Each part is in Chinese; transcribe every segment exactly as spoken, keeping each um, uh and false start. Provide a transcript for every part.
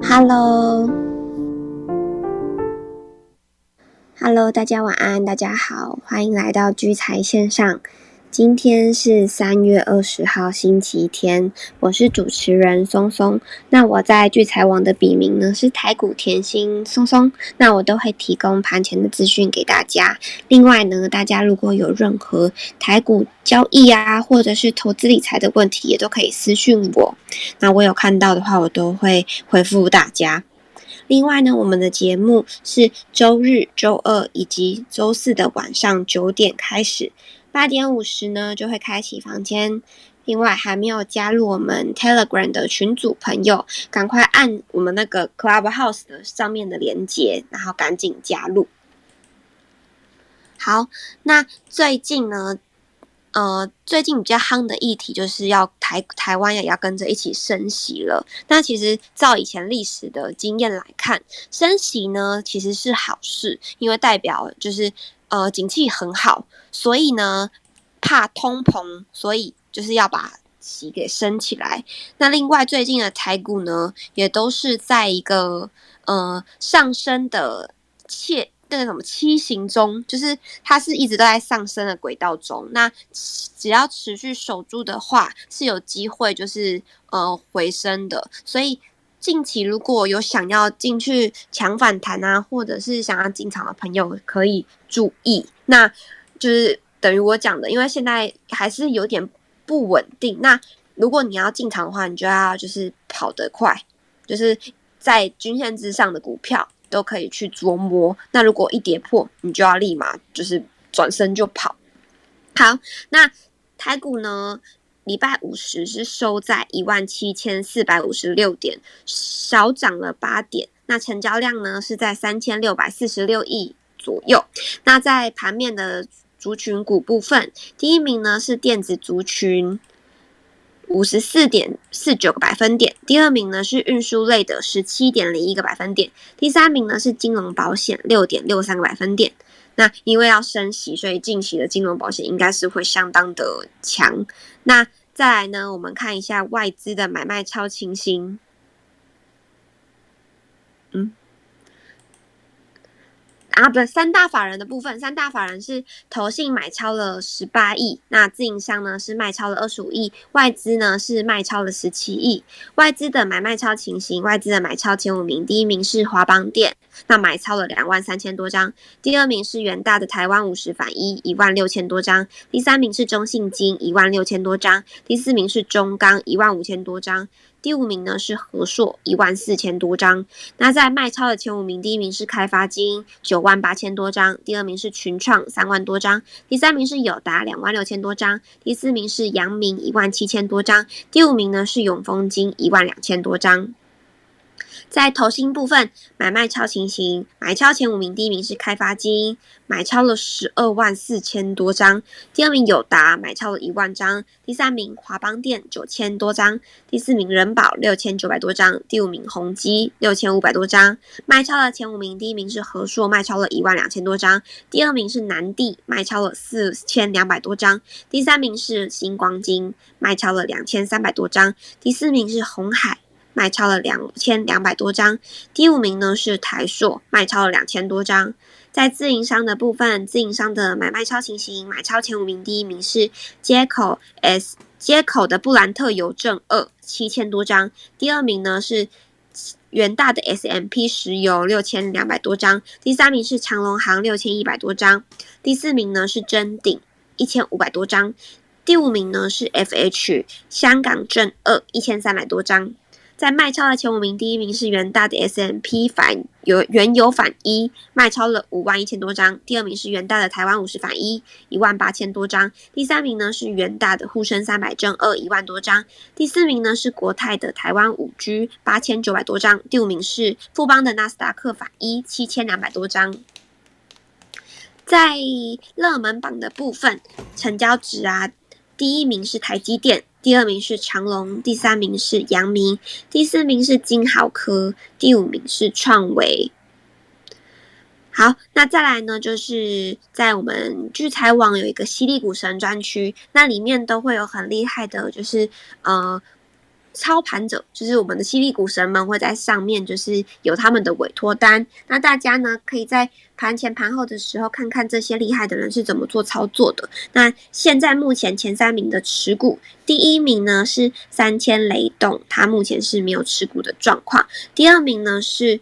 Hello，Hello，大家晚安，大家好，欢迎来到聚财线上。今天是三月二十号星期天，我是主持人松松。那我在聚财网的笔名呢是台股甜心松松，那我都会提供盘前的资讯给大家。另外呢，大家如果有任何台股交易啊，或者是投资理财的问题，也都可以私讯我。那我有看到的话，我都会回复大家。另外呢，我们的节目是周日、周二以及周四的晚上九点开始。八点五十呢就会开启房间，另外还没有加入我们 Telegram 的群组朋友，赶快按我们那个 Clubhouse 的上面的连结，然后赶紧加入。好，那最近呢，呃，最近比较夯的议题就是要台台湾也要跟着一起升息了。那其实照以前历史的经验来看，升息呢其实是好事，因为代表就是呃景气很好，所以呢怕通膨，所以就是要把息给升起来。那另外最近的台股呢，也都是在一个呃上升的切。那个什么七型中，就是它是一直都在上升的轨道中。那只要持续守住的话，是有机会就是呃回升的。所以近期如果有想要进去抢反弹啊，或者是想要进场的朋友，可以注意。那就是等于我讲的，因为现在还是有点不稳定。那如果你要进场的话，你就要就是跑得快，就是在均线之上的股票都可以去琢磨。那如果一跌破，你就要立马就是转身就跑。好，那台股呢，礼拜五十是收在一万七千四百五十六点，小涨了八点。那成交量呢是在三千六百四十六亿左右。那在盘面的族群股部分，第一名呢是电子族群。五十四点四九个百分点，第二名呢是运输类的十七点零一个百分点，第三名呢是金融保险六点六三个百分点。那因为要升息，所以近期的金融保险应该是会相当的强。那再来呢，我们看一下外资的买卖超情形。嗯。啊，不，三大法人的部分，三大法人是投信买超了十八亿，那自营商呢是卖超了二十五亿，外资呢是卖超了十七亿。外资的买卖超情形，外资的买超前五名，第一名是华邦电，那买超了两万三千多张，第二名是元大的台湾五十反一，一万六千多张，第三名是中信金，一万六千多张，第四名是中钢，一万五千多张。第五名呢是和硕，一万四千多张。那在卖超的前五名，第一名是开发金，九万八千多张；第二名是群创，三万多张；第三名是友达，两万六千多张；第四名是阳明，一万七千多张；第五名呢是永丰金，一万两千多张。在投信部分，买卖超情形，买超前五名，第一名是开发金，买超了十二万四千多张；第二名友达，买超了一万张；第三名华邦电九千多张；第四名人保六千九百多张；第五名宏基六千五百多张。卖超的前五名，第一名是和硕，卖超了一万两千多张；第二名是南地，卖超了四千两百多张；第三名是新光金，卖超了两千三百多张；第四名是鸿海，卖超了两千两百多张，第五名呢是台硕，卖超了两千多张。在自营商的部分，自营商的买卖超情形，买超前五名，第一名是街口 S 街口的布兰特邮政二七千多张，第二名呢是元大的 S M P 石油六千两百多张，第三名是长荣航六千一百多张，第四名呢是臻鼎一千五百多张，第五名呢是 F H 香港正二一千三百多张。在卖超的前五名，第一名是元大的 S M P 反油原油反一，卖超了五万一千多张；第二名是元大的台湾五十反一，一万八千多张；第三名呢是元大的沪深三百正二，一万多张；第四名呢是国泰的台湾五 G 八千九百多张；第五名是富邦的纳斯达克反一，七千两百多张。在热门榜的部分，成交值啊，第一名是台积电，第二名是长荣，第三名是阳明，第四名是金豪科，第五名是创维。好，那再来呢，就是在我们聚财网有一个犀利股神专区，那里面都会有很厉害的，就是呃操盘者，就是我们的犀利股神们会在上面，就是有他们的委托单。那大家呢，可以在盘前盘后的时候看看这些厉害的人是怎么做操作的。那现在目前前三名的持股，第一名呢是三千雷动，他目前是没有持股的状况。第二名呢是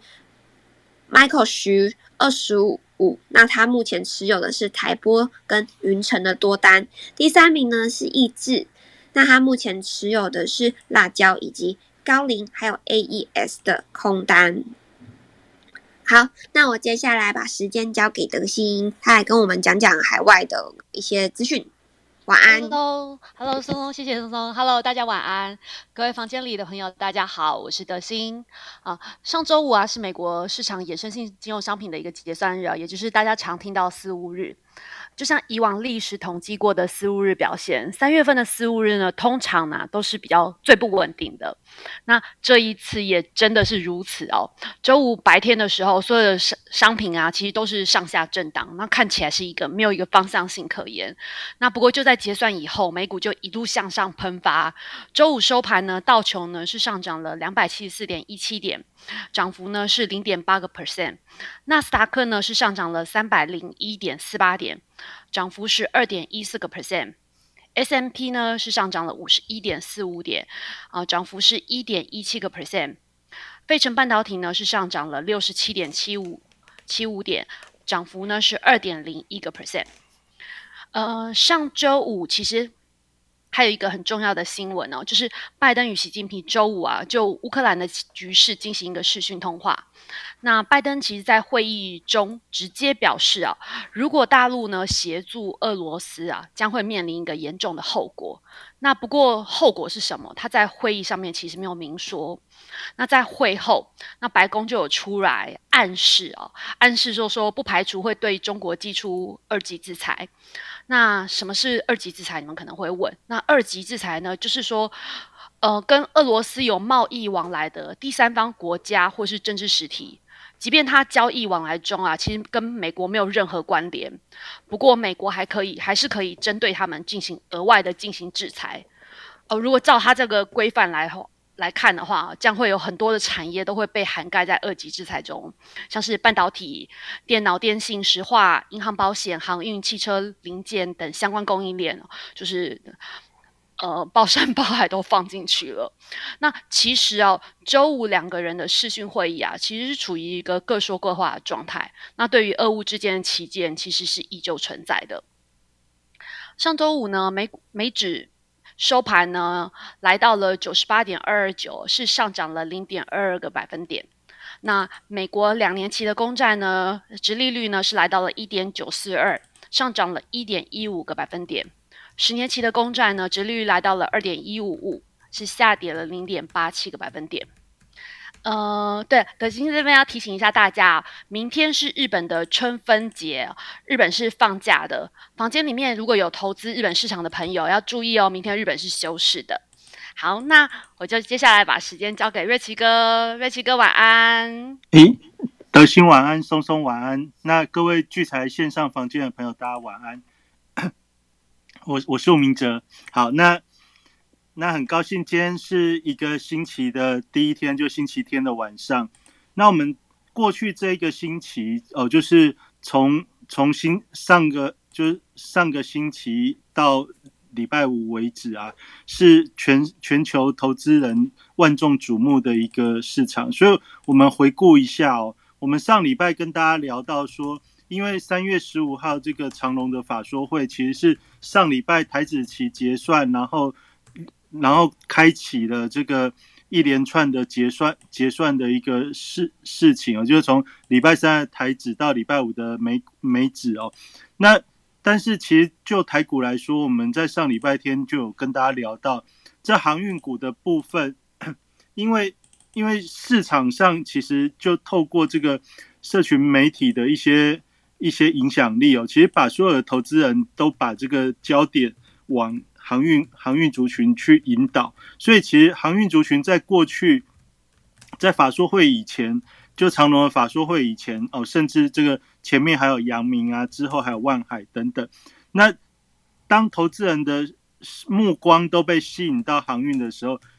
Michael 徐二十五。那他目前持有的是台波跟云城的多单。第三名呢是易智，那他目前持有的是辣椒以及高龄还有 A E S 的空单。好，那我接下来把时间交给德心，他来跟我们讲讲海外的一些资讯。晚安。 Hello，Hello， 松松，谢谢松松。Hello， 大家晚安。各位房间里的朋友，大家好，我是德心啊。上周五啊，是美国市场衍生性金融商品的一个结算日啊，也就是大家常听到四巫日。就像以往历史统计过的四巫日表现，三月份的四巫日呢，通常呢都是比较最不稳定的。那这一次也真的是如此哦。周五白天的时候，所有的商品啊，其实都是上下震荡，那看起来是一个没有一个方向性可言。那不过就在结算以后，美股就一路向上喷发。周五收盘呢，道琼呢是上涨了两百七十四点一七点，涨幅呢是 零点八个 percent。纳斯达克呢是上涨了三百零一点四八点，涨幅是 二点一四个 percent。S and P 呢是上涨了五十一点四五点，啊、呃，涨幅是 一点一七个 percent。费城半导体呢是上涨了六十七点七五七五点，涨幅呢是 二点零一个 percent。呃，上周五其实还有一个很重要的新闻哦，就是拜登与习近平周五啊，就乌克兰的局势进行一个视讯通话。那拜登其实在会议中直接表示啊，如果大陆呢协助俄罗斯啊，将会面临一个严重的后果。那不过后果是什么？他在会议上面其实没有明说。那在会后，那白宫就有出来暗示啊，暗示说说不排除会对中国祭出二级制裁。那什么是二级制裁？你们可能会问。那二级制裁呢，就是说，呃，跟俄罗斯有贸易往来的第三方国家或是政治实体，即便它交易往来中啊，其实跟美国没有任何关联，不过美国还可以，还是可以针对他们进行额外的进行制裁。呃，如果照它这个规范来后。来看的话，将会有很多的产业都会被涵盖在二级制裁中，像是半导体、电脑、电信、石化、银行、保险、航运、汽车零件等相关供应链，就是呃包山包海都放进去了。那其实啊，周五两个人的视讯会议啊，其实是处于一个各说各话的状态。那对于俄乌之间的旗舰，其实是依旧存在的。上周五呢，美美指收盘呢，来到了 九十八点二二九， 是上涨了 零点二二个百分点。那美国两年期的公债呢，殖利率呢是来到了 一点九四二， 上涨了 一点一五个百分点。十年期的公债呢，殖利率来到了 二点一五五， 是下跌了 零点八七个百分点。呃，对，德心这边要提醒一下大家，明天是日本的春分节，日本是放假的。房间里面如果有投资日本市场的朋友，要注意哦，明天日本是休市的。好，那我就接下来把时间交给瑞奇哥，瑞奇哥晚安。 诶，德心晚安，松松晚安。那各位聚财线上房间的朋友，大家晚安。我我是吴明哲。好，那。那很高兴今天是一个星期的第一天，就星期天的晚上。那我们过去这个星期哦，就是从从新上个就是上个星期到礼拜五为止啊，是全全球投资人万众瞩目的一个市场。所以我们回顾一下哦，我们上礼拜跟大家聊到说，因为三月十五号这个长荣的法说会其实是上礼拜台指期结算，然后。然后开启了这个一连串的结算结算的一个事事情哦，就是从礼拜三的台指到礼拜五的美美指哦。那但是其实就台股来说，我们在上礼拜天就有跟大家聊到，这航运股的部分，因为因为市场上其实就透过这个社群媒体的一些一些影响力哦，其实把所有的投资人都把这个焦点往。航运航运族群去引导，所以其实航运族群在过去，在法说会以前，就长荣的法说会以前哦，甚至这个前面还有阳明啊，之后还有万海等等。那当投资人的目光都被吸引到航运的时候，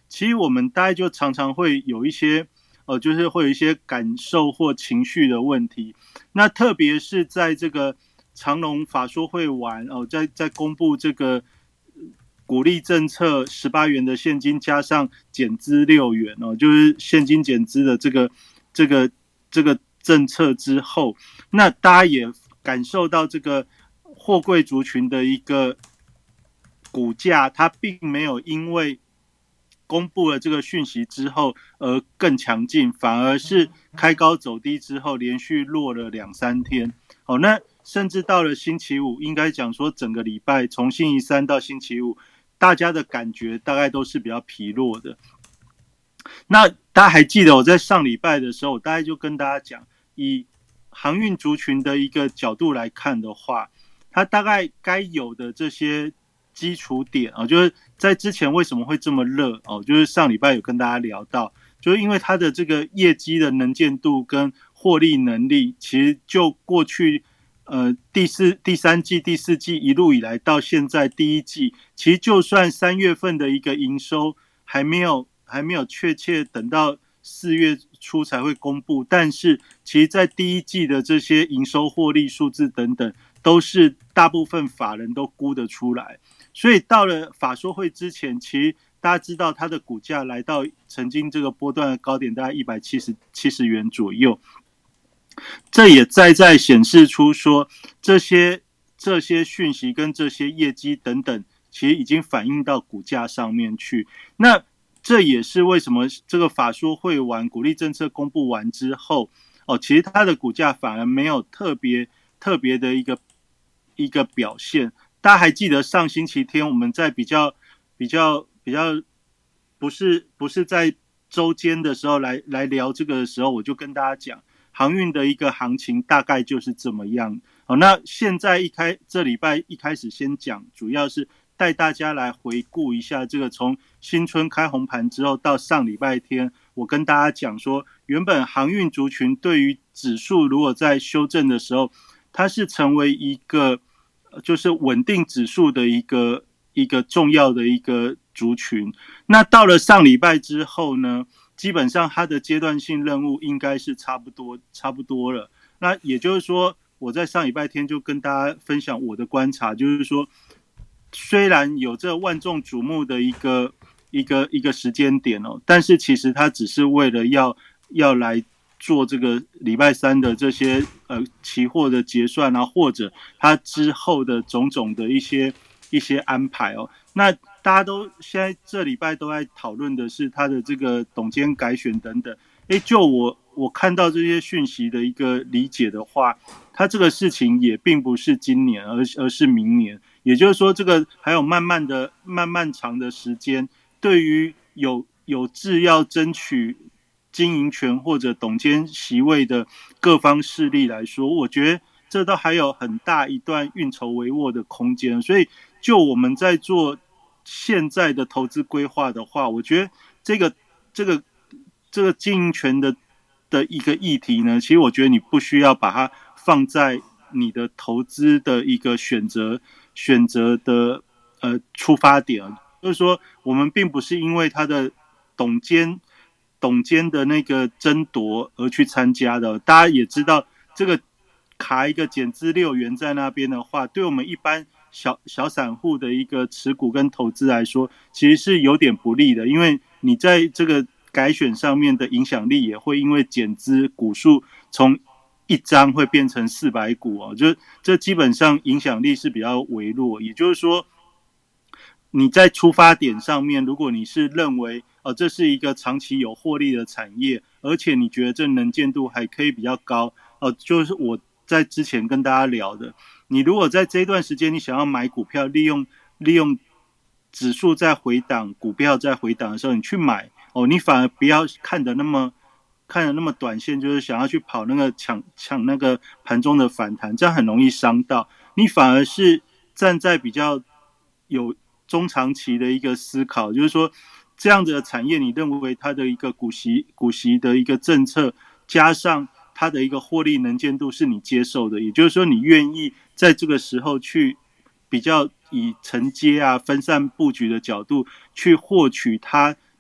其实我们大概就常常会有一些呃，就是会有一些感受或情绪的问题。那特别是在这个长荣法说会完哦，在在公布这个鼓励政策十八元的现金加上减资六元哦，就是现金减资的这个这个这个政策之后，那大家也感受到这个货柜族群的一个股价，它并没有因为公布了这个讯息之后而更强劲，反而是开高走低之后连续落了两三天。哦，那甚至到了星期五，应该讲说整个礼拜从星期三到星期五，大家的感觉大概都是比较疲弱的。那大家还记得我在上礼拜的时候，我大概就跟大家讲，以航运族群的一个角度来看的话，它大概该有的这些基础点啊，就是在之前为什么会这么热哦，就是上礼拜有跟大家聊到，就是因为它的这个业绩的能见度跟获利能力，其实就过去呃第四、第三季、第四季一路以来到现在第一季，其实就算三月份的一个营收还没有还没有确切等到四月初才会公布，但是其实在第一季的这些营收获利数字等等，都是大部分法人都估得出来。所以到了法说会之前，其实大家知道它的股价来到曾经这个波段的高点大概一百七十元左右，这也再再显示出说这些这些讯息跟这些业绩等等，其实已经反映到股价上面去。那这也是为什么这个法说会完鼓励政策公布完之后，哦，其实它的股价反而没有特别特别的一个一个表现。大家还记得上星期天我们在比较比较比较不是不是在周间的时候来来聊这个的时候，我就跟大家讲，航运的一个行情大概就是这么样。好，那现在一开这礼拜一开始先讲，主要是带大家来回顾一下这个从新春开红盘之后到上礼拜天，我跟大家讲说，原本航运族群对于指数如果在修正的时候，它是成为一个就是稳定指数的一个一个重要的一个族群。那到了上礼拜之后呢，基本上它的阶段性任务应该是差不多差不多了。那也就是说，我在上礼拜天就跟大家分享我的观察，就是说，虽然有这万众瞩目的一个一个一个时间点哦，但是其实它只是为了要要来做这个礼拜三的这些呃期货的结算啊，或者它之后的种种的一些一些安排哦。那大家都现在这礼拜都在讨论的是它的这个董监改选等等。诶，就我我看到这些讯息的一个理解的话，它这个事情也并不是今年，而而是明年。也就是说，这个还有慢慢的、慢慢长的时间，对于有有志要争取经营权或者董监席位的各方势力来说，我觉得这都还有很大一段运筹帷幄的空间。所以，就我们在做现在的投资规划的话，我觉得这个这个这个经营权的的一个议题呢，其实我觉得你不需要把它放在你的投资的一个选择选择的呃出发点，就是说我们并不是因为它的董监董监的那个争夺而去参加的。大家也知道，这个卡一个减资六元在那边的话，对我们一般小小散户的一个持股跟投资来说，其实是有点不利的，因为你在这个改选上面的影响力也会因为减资股数从一张会变成四百股哦，就这基本上影响力是比较微弱。也就是说，你在出发点上面，如果你是认为哦这是一个长期有获利的产业，而且你觉得这能见度还可以比较高哦，就是我在之前跟大家聊的，你如果在这一段时间你想要买股票，利用利用指数在回档，股票在回档的时候，你去买哦，你反而不要看得那么看得那么短线，就是想要去跑那个抢抢那个盘中的反弹，这样很容易伤到你。反而是站在比较有中长期的一个思考，就是说这样子的产业，你认为它的一个股息股息的一个政策，加上它的一个获利能见度是你接受的，也就是说你愿意在这个时候去比较以承接啊分散布局的角度去获取它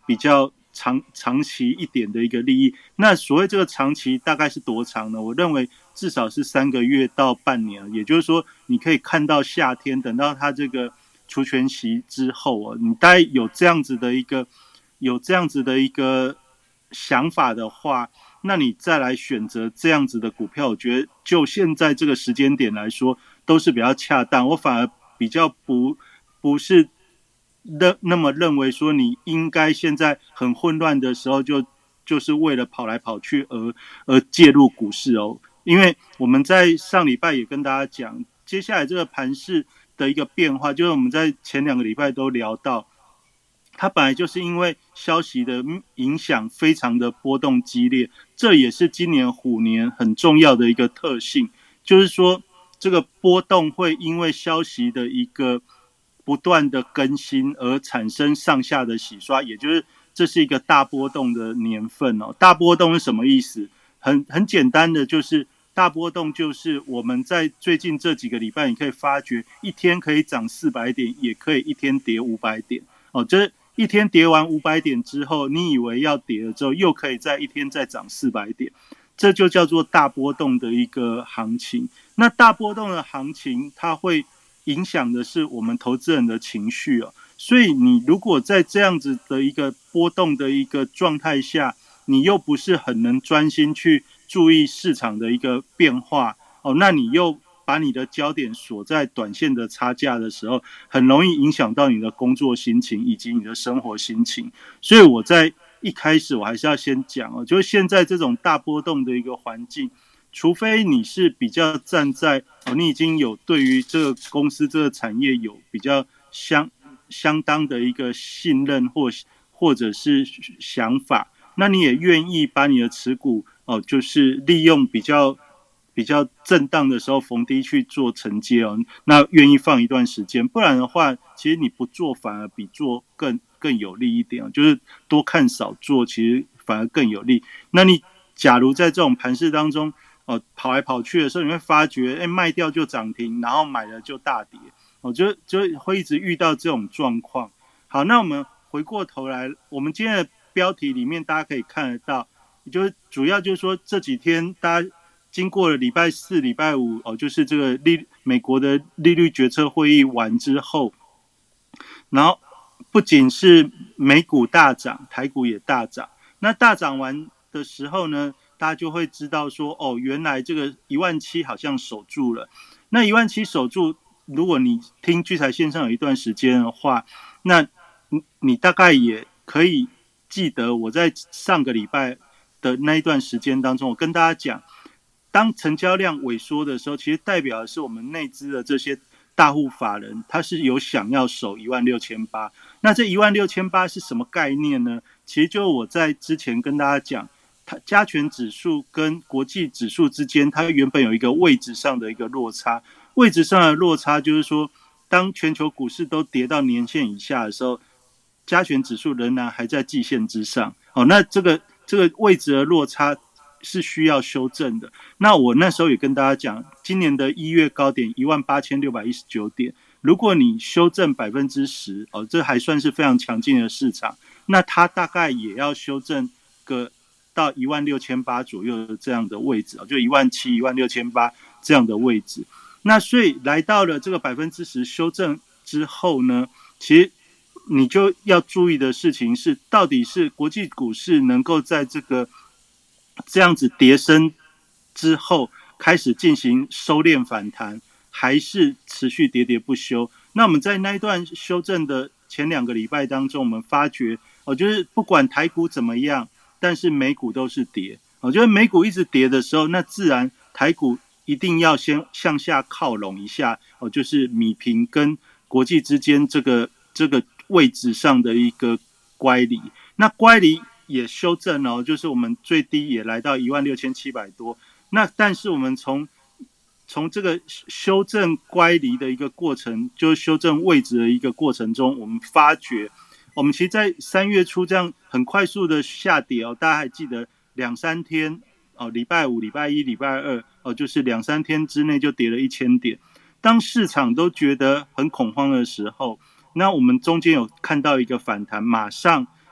比较长长期一点的一个利益。那所谓这个长期大概是多长呢？我认为至少是三个月到半年，也就是说你可以看到夏天，等到它这个除权息之后啊，你大概有这样子的一个有这样子的一个想法的话，那你再来选择这样子的股票，我觉得就现在这个时间点来说都是比较恰当。我反而比较不不是那那么认为说你应该现在很混乱的时候就就是为了跑来跑去而而介入股市哦。因为我们在上礼拜也跟大家讲，接下来这个盘势的一个变化，就是我们在前两个礼拜都聊到，它本来就是因为消息的影响非常的波动激烈，这也是今年虎年很重要的一个特性，就是说这个波动会因为消息的一个不断的更新而产生上下的洗刷，也就是这是一个大波动的年份哦。大波动是什么意思？很很简单的，就是大波动就是我们在最近这几个礼拜，你可以发觉一天可以涨四百点，也可以一天跌五百点哦。这一天跌完五百点之后，你以为要跌了之后，又可以在一天再涨四百点，这就叫做大波动的一个行情。那大波动的行情，它会影响的是我们投资人的情绪哦。所以你如果在这样子的一个波动的一个状态下，你又不是很能专心去注意市场的一个变化哦，那你又把你的焦点锁在短线的差价的时候，很容易影响到你的工作心情以及你的生活心情。所以我在一开始我还是要先讲哦，就是现在这种大波动的一个环境，除非你是比较站在哦，你已经有对于这个公司这个产业有比较相相当的一个信任或或者是想法，那你也愿意把你的持股哦，就是利用比较比较震荡的时候逢低去做承接哦，那愿意放一段时间，不然的话，其实你不做反而比做更更有利一点，就是多看少做，其实反而更有利。那你假如在这种盘势当中哦，跑来跑去的时候，你会发觉，哎，卖掉就涨停，然后买了就大跌，哦，就就会一直遇到这种状况。好，那我们回过头来，我们今天的标题里面大家可以看得到，就是主要就是说这几天大家经过了礼拜四、礼拜五哦，就是这个利美国的利率决策会议完之后，然后不仅是美股大涨，台股也大涨。那大涨完的时候呢，大家就会知道说，哦，原来这个一万七好像守住了。那一万七守住，如果你听聚财线上有一段时间的话，那你你大概也可以记得我在上个礼拜的那一段时间当中，我跟大家讲，当成交量萎缩的时候，其实代表的是我们内资的这些大户法人，他是有想要守一万六千八。那这一万六千八是什么概念呢？其实就我在之前跟大家讲，它加权指数跟国际指数之间，它原本有一个位置上的一个落差。位置上的落差就是说，当全球股市都跌到年线以下的时候，加权指数仍然还在季线之上。哦，那这个这个位置的落差是需要修正的。那我那时候也跟大家讲，今年的一月高点一万八千六百一十九点，如果你修正百分之十，哦，这还算是非常强劲的市场。那它大概也要修正个到一万六千八左右的这样的位置，就一万七、一万六千八这样的位置。那所以来到了这个百分之十修正之后呢，其实你就要注意的事情是，到底是国际股市能够在这个这样子跌升之后开始进行收敛反弹，还是持续跌跌不休？那我们在那一段修正的前两个礼拜当中，我们发觉哦，就是不管台股怎么样，但是美股都是跌。我觉得美股一直跌的时候，那自然台股一定要先向下靠拢一下，哦，就是弭平跟国际之间这个这个位置上的一个乖离。那乖离也修正了，就是我们最低也来到一万六千七百多。那但是我们从从这个修正乖离的一个过程，就是修正位置的一个过程中，我们发觉，我们其实在三月初这样很快速的下跌哦，大家还记得两三天哦，礼拜五、礼拜一、礼拜二哦，就是两三天之内就跌了一千点。当市场都觉得很恐慌的时候，那我们中间有看到一个反弹，马上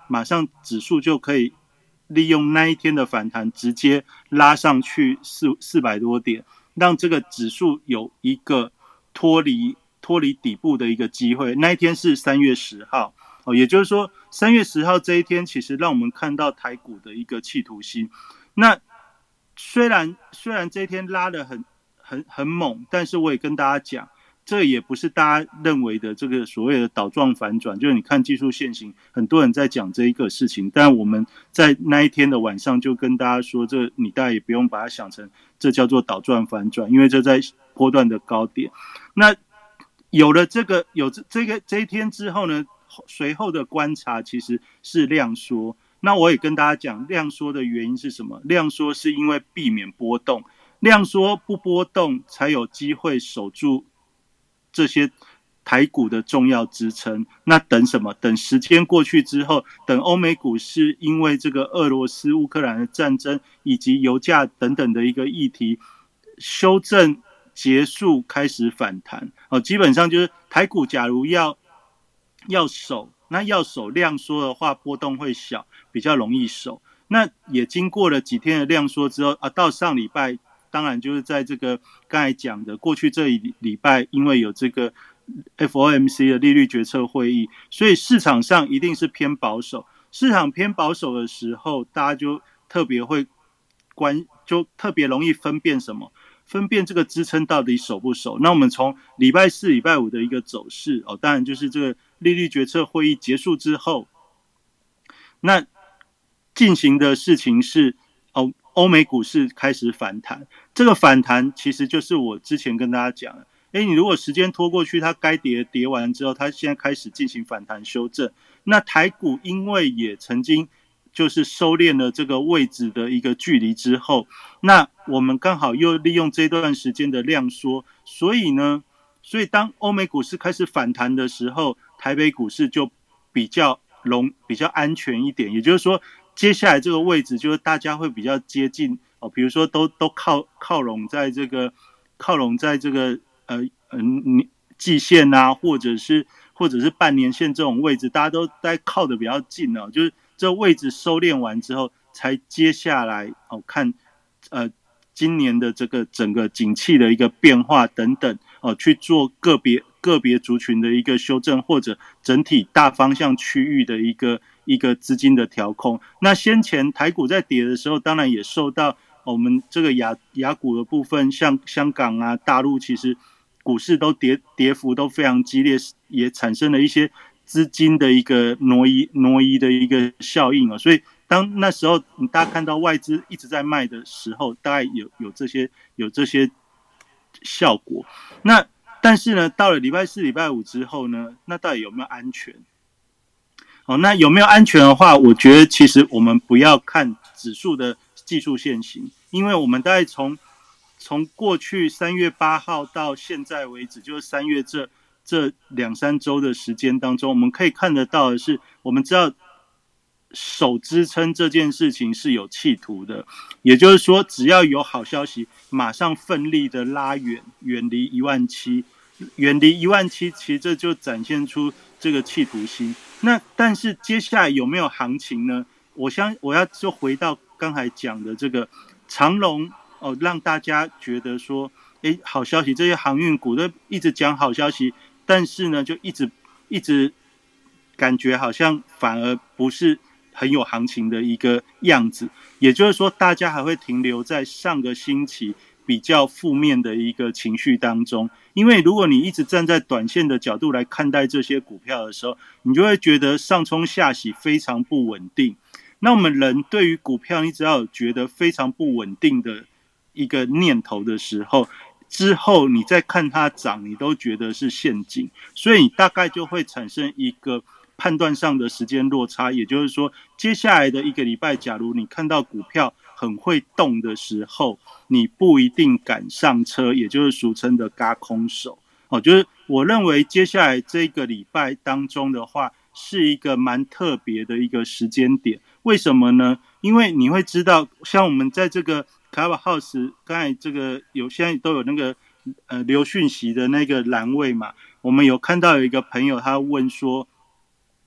马上指数就可以利用那一天的反弹直接拉上去四四百多点，让这个指数有一个脱离脱离底部的一个机会。那一天是三月十号，哦，也就是说三月十号这一天其实让我们看到台股的一个企图心。那虽然虽然这一天拉得很很很猛，但是我也跟大家讲，这也不是大家认为的这个所谓的倒状反转，就是你看技术线型，很多人在讲这一个事情，但我们在那一天的晚上就跟大家说，这你大家也不用把它想成这叫做倒状反转，因为这在波段的高点。那有了这个有这个这一天之后呢，随后的观察其实是量缩。那我也跟大家讲，量缩的原因是什么？量缩是因为避免波动，量缩不波动才有机会守住这些台股的重要支撑。那等什么？等时间过去之后，等欧美股市因为这个俄罗斯乌克兰的战争以及油价等等的一个议题修正结束，开始反弹。哦，基本上就是台股假如要要守，那要守量缩的话，波动会小，比较容易守。那也经过了几天的量缩之后啊，到上礼拜。当然就是在这个刚才讲的过去这一礼拜，因为有这个 F O M C 的利率决策会议，所以市场上一定是偏保守。市场偏保守的时候，大家就特别会关，就特别容易分辨什么？分辨这个支撑到底守不守。那我们从礼拜四、礼拜五的一个走势哦，当然就是这个利率决策会议结束之后，那进行的事情是哦。欧美股市开始反弹，这个反弹其实就是我之前跟大家讲的，诶，你如果时间拖过去，它该跌跌完之后，它现在开始进行反弹修正。那台股因为也曾经就是收敛了这个位置的一个距离之后，那我们刚好又利用这段时间的量缩，所以呢，所以当欧美股市开始反弹的时候，台北股市就比较容比较安全一点，也就是说。接下来这个位置就是大家会比较接近哦，比如说都都靠靠拢在这个靠拢在这个呃嗯季线啊，或者是或者是半年线这种位置，大家都在靠得比较近哦，就是这位置收敛完之后，才接下来哦看呃今年的这个整个景气的一个变化等等哦，去做个别个别族群的一个修正，或者整体大方向区域的一个。一个资金的调控。那先前台股在跌的时候，当然也受到我们这个亚亚股的部分，像香港啊、大陆，其实股市都跌跌幅都非常激烈，也产生了一些资金的一个挪移挪移的一个效应啊。所以当那时候大家看到外资一直在卖的时候，大概有有这些有这些效果。那但是呢，到了礼拜四、礼拜五之后呢，那到底有没有安全？哦，那有没有安全的话，我觉得其实我们不要看指数的技术线型，因为我们大概从从过去三月八号到现在为止，就是三月这这两三周的时间当中，我们可以看得到的是，我们知道守支撑这件事情是有企图的，也就是说，只要有好消息，马上奋力的拉远，远离一万七，远离一万七，其实这就展现出这个企图心。那但是接下来有没有行情呢？我相我要就回到刚才讲的这个长荣哦，让大家觉得说，哎，好消息，这些航运股都一直讲好消息，但是呢，就一直一直感觉好像反而不是很有行情的一个样子。也就是说，大家还会停留在上个星期比较负面的一个情绪当中。因为如果你一直站在短线的角度来看待这些股票的时候，你就会觉得上冲下洗非常不稳定。那我们人对于股票，你只要有觉得非常不稳定的一个念头的时候，之后你再看它涨，你都觉得是陷阱，所以你大概就会产生一个判断上的时间落差。也就是说，接下来的一个礼拜，假如你看到股票很会动的时候，你不一定赶上车，也就是俗称的軋空手。哦，就是我认为接下来这个礼拜当中的话，是一个蛮特别的一个时间点。为什么呢？因为你会知道，像我们在这个 Clubhouse 刚才这个有现在都有那个呃留讯息的那个栏位嘛，我们有看到有一个朋友他问说，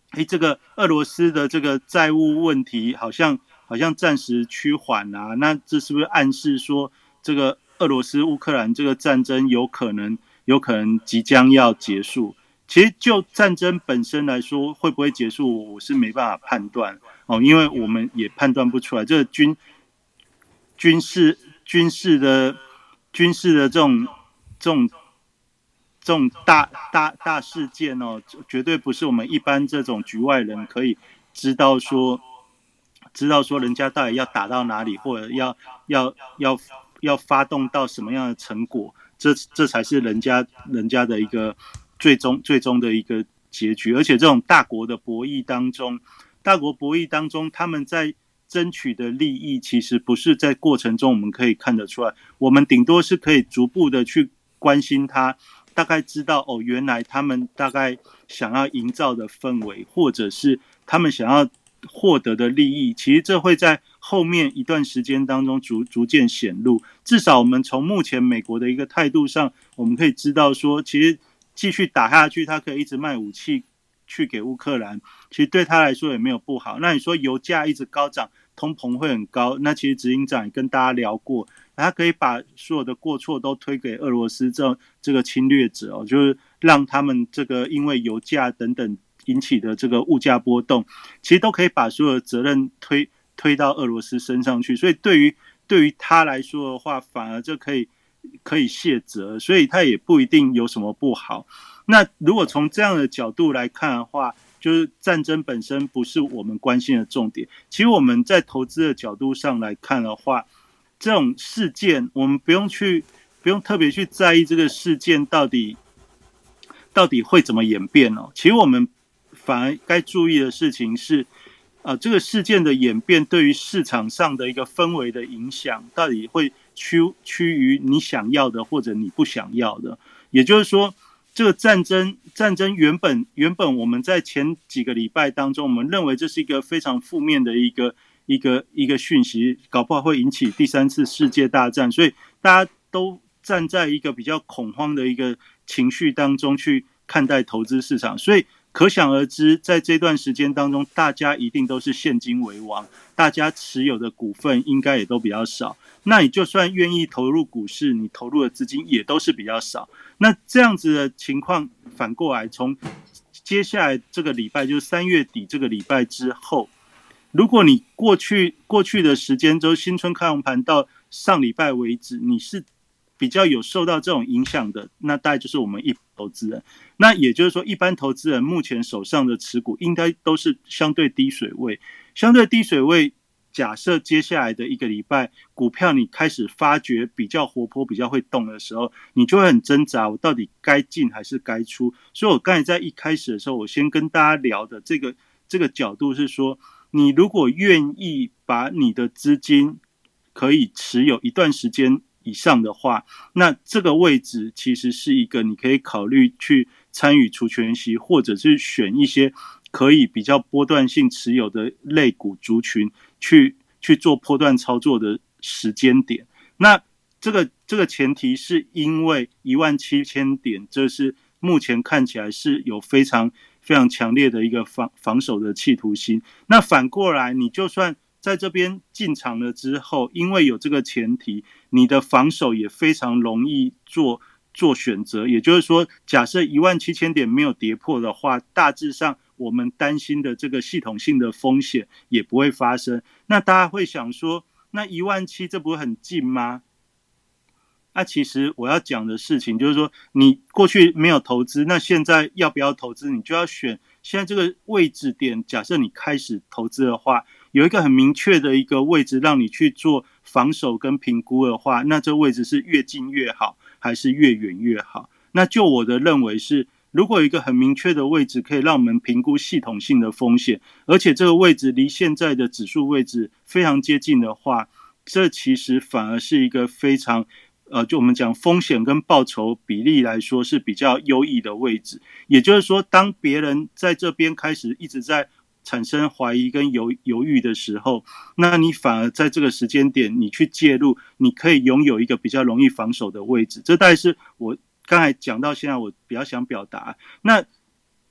哎，这个俄罗斯的这个债务问题好像好像暂时趋缓啊，那这是不是暗示说这个俄罗斯乌克兰这个战争有可能有可能即将要结束？其实就战争本身来说，会不会结束，我是没办法判断哦，因为我们也判断不出来这个军军事军事的军事的这种这种。这种大大大事件哦，绝对不是我们一般这种局外人可以知道说，知道说人家到底要打到哪里，或者要要要要发动到什么样的成果，这这才是人家人家的一个最终最终的一个结局。而且这种大国的博弈当中，大国博弈当中，他们在争取的利益，其实不是在过程中我们可以看得出来，我们顶多是可以逐步的去关心它。大概知道哦，原来他们大概想要营造的氛围，或者是他们想要获得的利益，其实这会在后面一段时间当中逐逐渐显露。至少我们从目前美国的一个态度上，我们可以知道说，其实继续打下去，他可以一直卖武器去给乌克兰，其实对他来说也没有不好。那你说油价一直高涨，通膨会很高，那其实执行长也跟大家聊过。他可以把所有的过错都推给俄罗斯这这个侵略者哦，就是让他们这个因为油价等等引起的这个物价波动，其实都可以把所有的责任推推到俄罗斯身上去。所以对于对于他来说的话，反而就可以可以卸责，所以他也不一定有什么不好。那如果从这样的角度来看的话，就是战争本身不是我们关心的重点。其实我们在投资的角度上来看的话，这种事件，我们不用去，不用特别去在意这个事件到底到底会怎么演变哦。其实我们反而该注意的事情是，呃，这个事件的演变对于市场上的一个氛围的影响，到底会趋趋于你想要的或者你不想要的。也就是说，这个战争战争原本原本我们在前几个礼拜当中，我们认为这是一个非常负面的一个。一个一个讯息，搞不好会引起第三次世界大战，所以大家都站在一个比较恐慌的一个情绪当中去看待投资市场，所以可想而知，在这段时间当中，大家一定都是现金为王，大家持有的股份应该也都比较少。那你就算愿意投入股市，你投入的资金也都是比较少。那这样子的情况反过来，从接下来这个礼拜，就是三月底这个礼拜之后。如果你过去过去的时间周新春开红盘到上礼拜为止，你是比较有受到这种影响的，那大概就是我们一般投资人。那也就是说，一般投资人目前手上的持股应该都是相对低水位，相对低水位。假设接下来的一个礼拜，股票你开始发觉比较活泼、比较会动的时候，你就会很挣扎，我到底该进还是该出？所以我刚才在一开始的时候，我先跟大家聊的这个这个角度是说。你如果愿意把你的资金可以持有一段时间以上的话，那这个位置其实是一个你可以考虑去参与除权息，或者是选一些可以比较波段性持有的类股族群去去做波段操作的时间点。那这个这个前提是因为一万七千点，这是目前看起来是有非常非常强烈的一个防防守的企图心。那反过来，你就算在这边进场了之后，因为有这个前提，你的防守也非常容易做做选择。也就是说，假设一万七千点没有跌破的话，大致上我们担心的这个系统性的风险也不会发生。那大家会想说，那一万七这不是很近吗？那、啊、其实我要讲的事情就是说，你过去没有投资，那现在要不要投资，你就要选现在这个位置点。假设你开始投资的话，有一个很明确的一个位置让你去做防守跟评估的话，那这位置是越近越好，还是越远越好？那就我的认为是，如果有一个很明确的位置可以让我们评估系统性的风险，而且这个位置离现在的指数位置非常接近的话，这其实反而是一个非常呃，就我们讲风险跟报酬比例来说是比较优异的位置。也就是说，当别人在这边开始一直在产生怀疑跟犹犹豫的时候，那你反而在这个时间点你去介入，你可以拥有一个比较容易防守的位置。这大概是我刚才讲到现在我比较想表达。那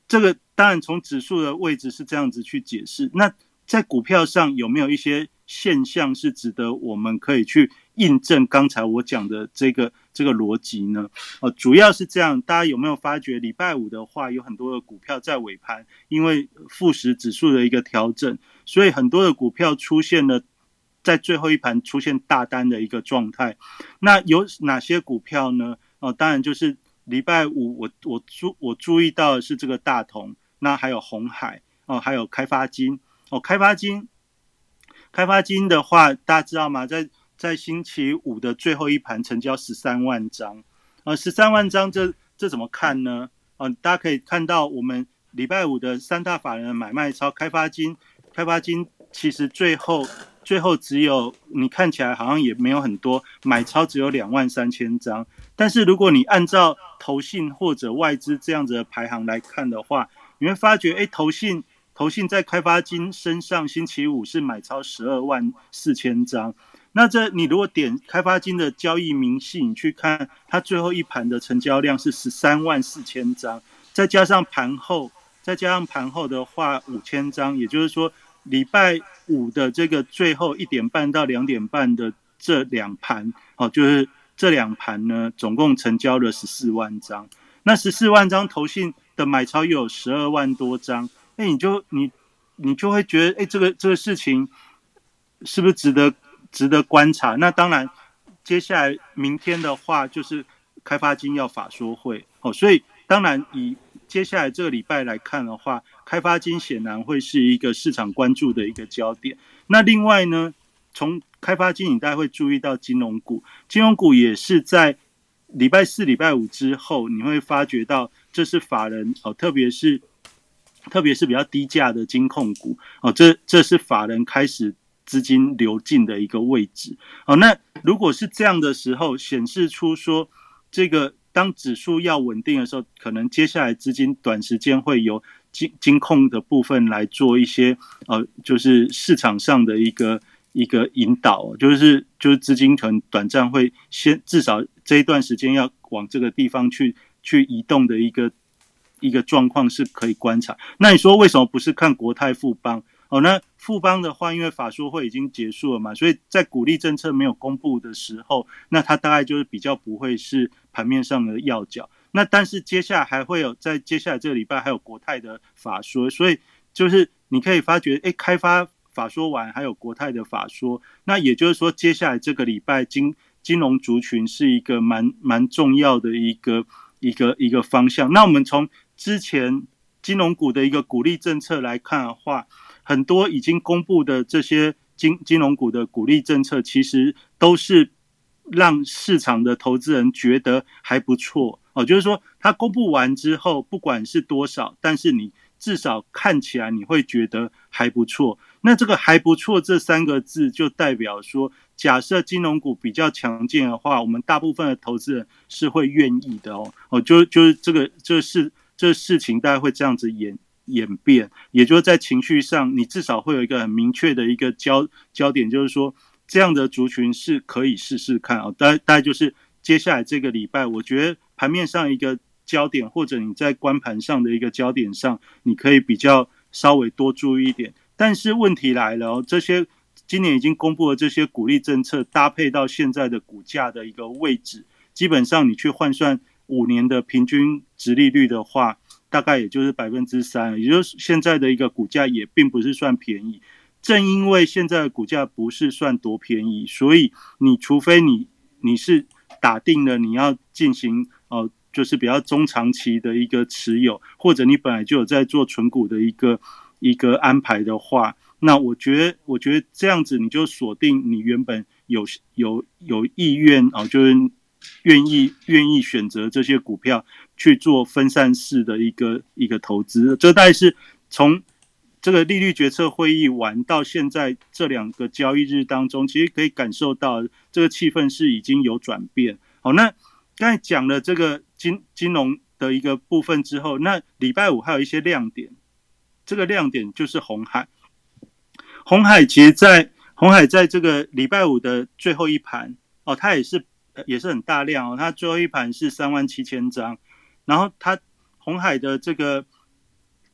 这个当然从指数的位置是这样子去解释，那在股票上有没有一些现象是值得我们可以去印证刚才我讲的这个这个逻辑呢？呃，主要是这样，大家有没有发觉礼拜五的话，有很多的股票在尾盘，因为富时指数的一个调整，所以很多的股票出现了在最后一盘出现大单的一个状态。那有哪些股票呢？哦、呃，当然就是礼拜五我我注我注意到的是这个大同，那还有鸿海哦、呃，还有开发金。哦，开发金，开发金的话，大家知道吗？在在星期五的最后一盘成交十三万张，呃，十三万张这这怎么看呢？呃，大家可以看到我们礼拜五的三大法人的买卖超，开发金，开发金其实最后最后只有你看起来好像也没有很多，买超只有两万三千张，但是如果你按照投信或者外资这样子的排行来看的话，你会发觉，哎，投信。投信在开发金身上，星期五是买超十二万四千张。那这你如果点开发金的交易明细，你去看它最后一盘的成交量是十三万四千张，再加上盘后，再加上盘后的话五千张，也就是说礼拜五的这个最后一点半到两点半的这两盘，哦，就是这两盘呢，总共成交了十四万张。那十四万张投信的买超又有十二万多张。哎，你就你你就会觉得，哎，这个这个事情是不是值得值得观察？那当然，接下来明天的话，就是开发金要法说会哦，所以当然以接下来这个礼拜来看的话，开发金显然会是一个市场关注的一个焦点。那另外呢，从开发金，你大概会注意到金融股，金融股也是在礼拜四、礼拜五之后，你会发觉到这是法人哦，特别是。特别是比较低价的金控股哦，这这是法人开始资金流进的一个位置哦。那如果是这样的时候，显示出说这个当指数要稳定的时候，可能接下来资金短时间会由金金控的部分来做一些呃，就是市场上的一个一个引导，就是就是资金可能短暂会先至少这一段时间要往这个地方去去移动的一个。一个状况是可以观察。那你说为什么不是看国泰富邦？哦，那富邦的话，因为法说会已经结束了嘛，所以在股利政策没有公布的时候，那它大概就是比较不会是盘面上的要角。那但是接下来还会有，在接下来这个礼拜还有国泰的法说，所以就是你可以发觉，哎，开发法说完，还有国泰的法说，那也就是说，接下来这个礼拜金金融族群是一个蛮蛮重要的一个一个一个方向。那我们从之前金融股的一个股利政策来看的话，很多已经公布的这些金金融股的股利政策，其实都是让市场的投资人觉得还不错哦。就是说，它公布完之后，不管是多少，但是你至少看起来你会觉得还不错。那这个还不错这三个字，就代表说，假设金融股比较强劲的话，我们大部分的投资人是会愿意的哦。哦，就就是这个这是。这事情大概会这样子演演变，也就是在情绪上，你至少会有一个很明确的一个焦焦点，就是说这样的族群是可以试试看啊。大概大概就是接下来这个礼拜，我觉得盘面上一个焦点，或者你在观盘上的一个焦点上，你可以比较稍微多注意一点。但是问题来了哦，这些今年已经公布的这些股利政策，搭配到现在的股价的一个位置，基本上你去换算。五年的平均殖利率的话，大概也就是百分之三，也就是现在的一个股价也并不是算便宜。正因为现在的股价不是算多便宜，所以你除非你你是打定了你要进行呃，就是比较中长期的一个持有，或者你本来就有在做存股的一个一个安排的话，那我觉得我觉得这样子你就锁定你原本有有有意愿啊、呃，就是。愿意愿意选择这些股票去做分散式的一个一个投资，这大概是从这个利率决策会议完到现在这两个交易日当中，其实可以感受到这个气氛是已经有转变。好，那刚才讲了这个金金融的一个部分之后，那礼拜五还有一些亮点，这个亮点就是鸿海。鸿海其实在鸿海在这个礼拜五的最后一盘哦，它也是。也是很大量哦，它最后一盘是三万七千张，然后它鸿海的这个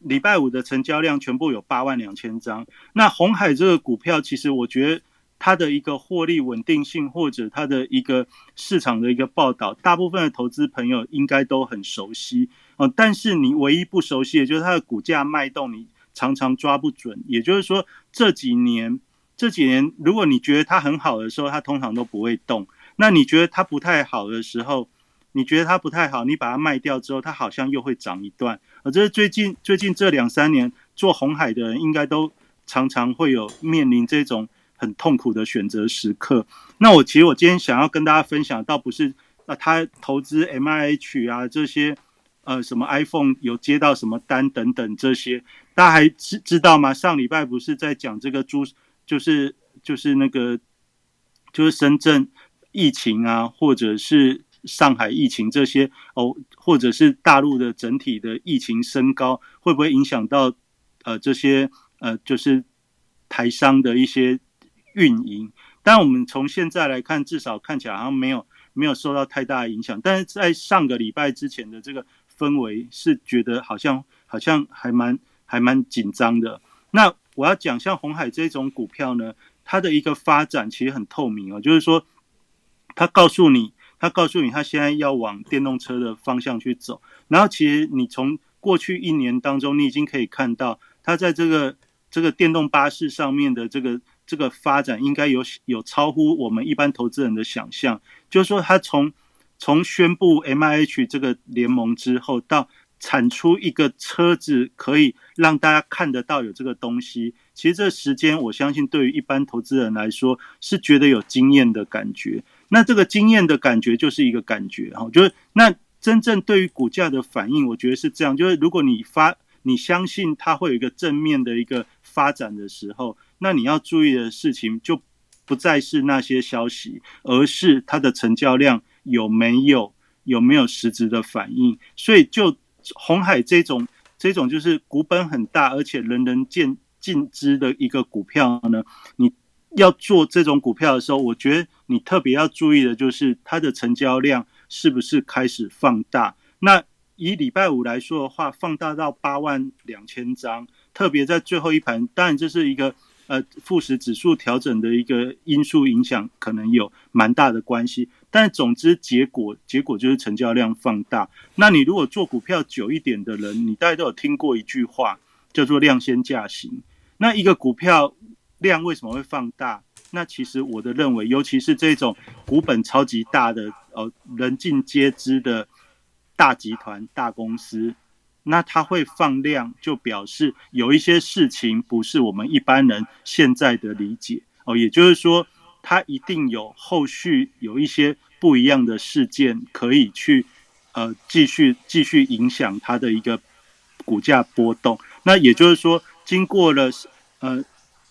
礼拜五的成交量全部有八万两千张。那鸿海这个股票，其实我觉得它的一个获利稳定性，或者它的一个市场的一个报道，大部分的投资朋友应该都很熟悉、呃、但是你唯一不熟悉的就是它的股价脉动，你常常抓不准。也就是说这几年这几年如果你觉得它很好的时候，它通常都不会动，那你觉得它不太好的时候，你觉得它不太好，你把它卖掉之后，它好像又会涨一段。呃，这是最近最近这两三年做鸿海的人应该都常常会有面临这种很痛苦的选择时刻。那我其实我今天想要跟大家分享，倒不是呃他投资 M I H 啊这些呃什么 iPhone 有接到什么单等等这些，大家还知知道吗？上礼拜不是在讲这个猪，就是就是那个就是深圳疫情啊，或者是上海疫情这些哦，或者是大陆的整体的疫情升高，会不会影响到呃这些呃就是台商的一些运营？但我们从现在来看，至少看起来好像没有没有受到太大的影响。但是在上个礼拜之前的这个氛围是觉得好像好像还蛮还蛮紧张的。那我要讲像鸿海这种股票呢，它的一个发展其实很透明哦，就是说它告诉你。他告诉你他现在要往电动车的方向去走，然后其实你从过去一年当中，你已经可以看到他在这个这个电动巴士上面的这个这个发展应该有有超乎我们一般投资人的想象。就是说他从从宣布 M I H 这个联盟之后，到产出一个车子可以让大家看得到有这个东西，其实这时间我相信对于一般投资人来说是觉得有经验的感觉。那这个经验的感觉就是一个感觉，就是那真正对于股价的反应，我觉得是这样，就是如果你发你相信它会有一个正面的一个发展的时候，那你要注意的事情就不再是那些消息，而是它的成交量有没有有没有实质的反应。所以就鸿海这种这种就是股本很大而且人人见尽知的一个股票呢，你要做这种股票的时候，我觉得你特别要注意的就是它的成交量是不是开始放大。那以礼拜五来说的话，放大到八万两千张，特别在最后一盘，当然这是一个呃富时指数调整的一个因素影响，可能有蛮大的关系。但总之结果结果就是成交量放大。那你如果做股票久一点的人，你大概都有听过一句话，叫做量先价行。那一个股票量为什么会放大？那其实我的认为，尤其是这种股本超级大的、呃人尽皆知的大集团、大公司，那它会放量，就表示有一些事情不是我们一般人现在的理解哦。也就是说，它一定有后续有一些不一样的事件可以去呃继续继续影响它的一个股价波动。那也就是说，经过了呃。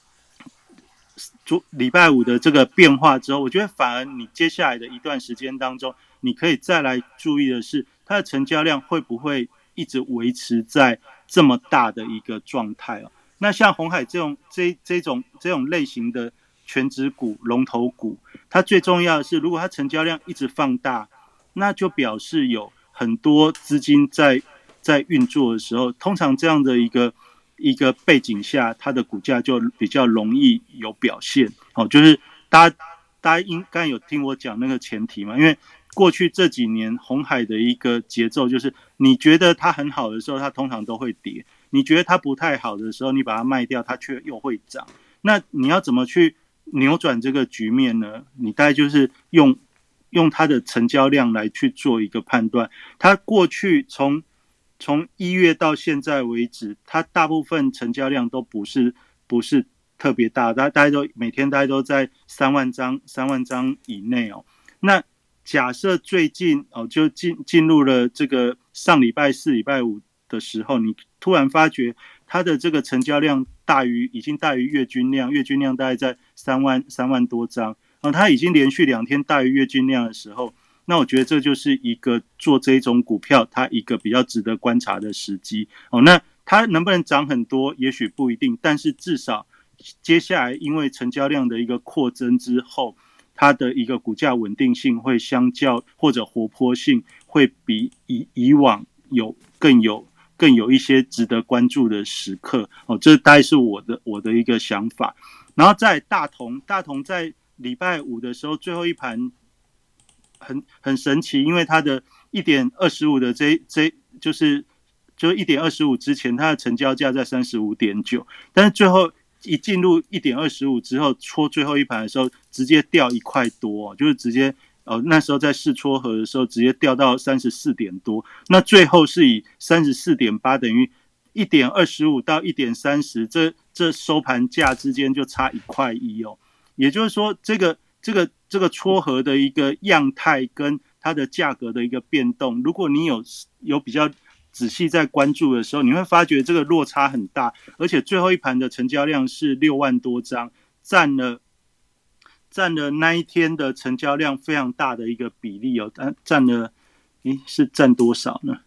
礼拜五的这个变化之后，我觉得反而你接下来的一段时间当中，你可以再来注意的是它的成交量会不会一直维持在这么大的一个状态哦。那像鸿海这种这这种这种类型的全指股龙头股，它最重要的是，如果它成交量一直放大，那就表示有很多资金在在运作的时候，通常这样的一个一个背景下，它的股价就比较容易有表现。哦，就是大家大家应该有听我讲那个前提嘛，因为过去这几年鸿海的一个节奏就是，你觉得它很好的时候，它通常都会跌；你觉得它不太好的时候，你把它卖掉，它却又会涨。那你要怎么去扭转这个局面呢？你大概就是用用它的成交量来去做一个判断。它过去从从一月到现在为止，它大部分成交量都不是不是特别大，大家都每天大概都在三万张三万张以内哦。那假设最近哦就进进入了这个上礼拜四礼拜五的时候，你突然发觉它的这个成交量大于已经大于月均量，月均量大概在三万三万多张，哦，它已经连续两天大于月均量的时候。那我觉得这就是一个做这种股票它一个比较值得观察的时机哦。那它能不能涨很多也许不一定，但是至少接下来因为成交量的一个扩增之后，它的一个股价稳定性会相较或者活泼性会比以以往有更有更有一些值得关注的时刻哦，这大概是我的我的一个想法。然后在大同，大同在礼拜五的时候最后一盘很很神奇，因为它的一点二十五的这这就是就一点二十五之前，它的成交价在三十五点九，但是最后一进入一点二十五之后，戳最后一盘的时候，直接掉一块多，就是直接呃那时候在试撮合的时候，直接掉到三十四点多，那最后是以三十四点八等于一点二十五到一点三十，这这收盘价之间就差一块一哦，也就是说这个这个这个撮合的一个样态跟它的价格的一个变动，如果你有有比较仔细在关注的时候，你会发觉这个落差很大，而且最后一盘的成交量是六万多张，占了占了那一天的成交量非常大的一个比例哦，占了，诶，是占多少呢？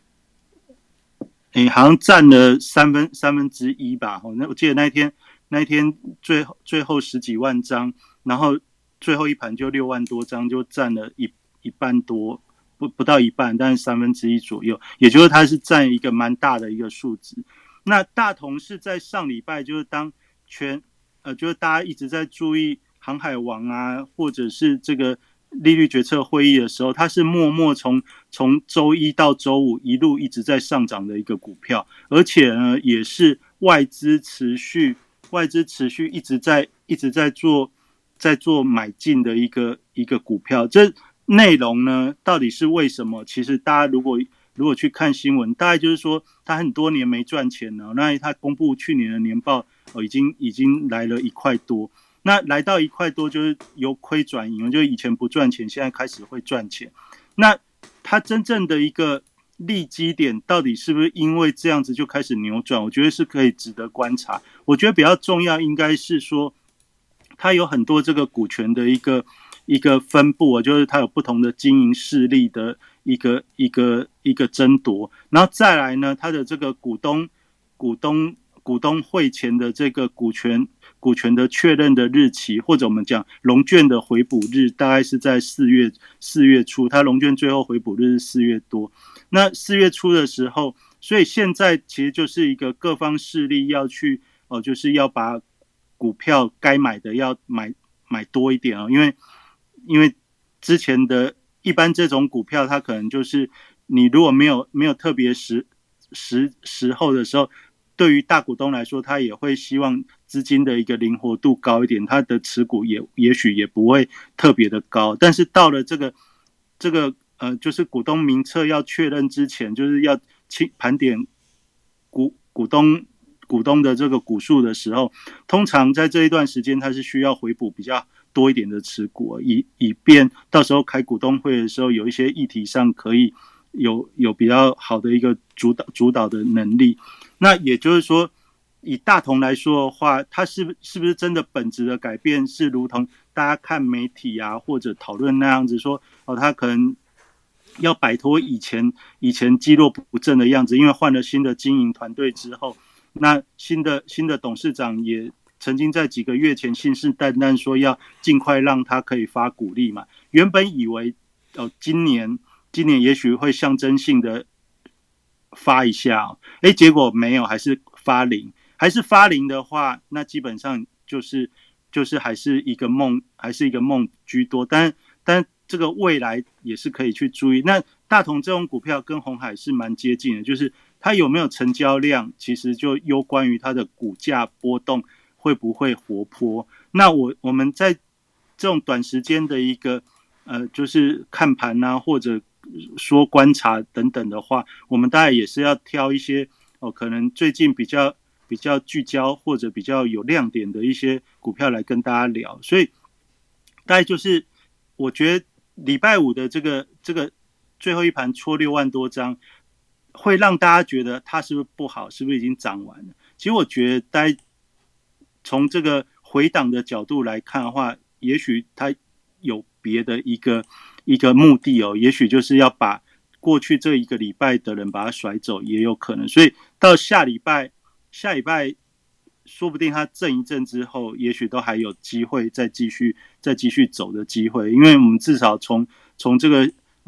诶，好像占了三分三分之一吧。那我记得那一天那一天最后最后十几万张，然后最后一盘就六万多张，就占了一一半多。不不到一半，但是三分之一左右，也就是它是占一个蛮大的一个数值。那大同是在上礼拜，就是当全呃，就是大家一直在注意航海王啊，或者是这个利率决策会议的时候，它是默默从从周一到周五一路一直在上涨的一个股票，而且呢，也是外资持续外资持续一直在一直在做在做买进的一个一个股票。这内容呢，到底是为什么？其实大家如果如果去看新闻，大概就是说他很多年没赚钱了，那他公布去年的年报，哦，已经已经来了一块多，那来到一块多就是由亏转盈，就以前不赚钱，现在开始会赚钱。那他真正的一个利基点，到底是不是因为这样子就开始扭转？我觉得是可以值得观察。我觉得比较重要应该是说，他有很多这个股权的一个。一个分布，就是它有不同的经营势力的一个一个一个争夺，然后再来呢，它的这个股东股东股东会前的这个股权股权的确认的日期，或者我们讲融券的回补日，大概是在四月四月初，它融券最后回补日是四月多。那四月初的时候，所以现在其实就是一个各方势力要去哦，就是要把股票该买的要买买多一点哦，因为。因为之前的一般这种股票，它可能就是你如果没有没有特别时时时候的时候，对于大股东来说，他也会希望资金的一个灵活度高一点，他的持股也也许也不会特别的高。但是到了这个这个呃，就是股东名册要确认之前，就是要清盘点股股东股东的这个股数的时候，通常在这一段时间，它是需要回补比较多一点的持股，以以便到时候开股东会的时候，有一些议题上可以有有比较好的一个主导主导的能力。那也就是说，以大同来说的话，它是是不是真的本质的改变是如同大家看媒体啊或者讨论那样子说，哦，它可能要摆脱以前以前积弱不振的样子，因为换了新的经营团队之后，那新的新的董事长也。曾经在几个月前信誓旦旦说要尽快让他可以发股利嘛，原本以为哦今年今年也许会象征性的发一下，哦，诶结果没有，还是发零，还是发零的话，那基本上就是就是还是一个梦，还是一个梦居多，但但这个未来也是可以去注意。那大同这种股票跟鸿海是蛮接近的，就是它有没有成交量，其实就攸关于它的股价波动。会不会活泼？那我我们在这种短时间的一个呃，就是看盘啊，或者说观察等等的话，我们大概也是要挑一些哦，可能最近比较比较聚焦或者比较有亮点的一些股票来跟大家聊。所以大概就是我觉得礼拜五的这个这个最后一盘戳六万多张，会让大家觉得它是不是不好，是不是已经涨完了？其实我觉得大概从这个回档的角度来看的话，也许它有别的一个一个目的哦，也许就是要把过去这一个礼拜的人把它甩走，也有可能。所以到下礼拜，下礼拜说不定它震一震之后，也许都还有机会再继续再继续走的机会，因为我们至少从从这个呃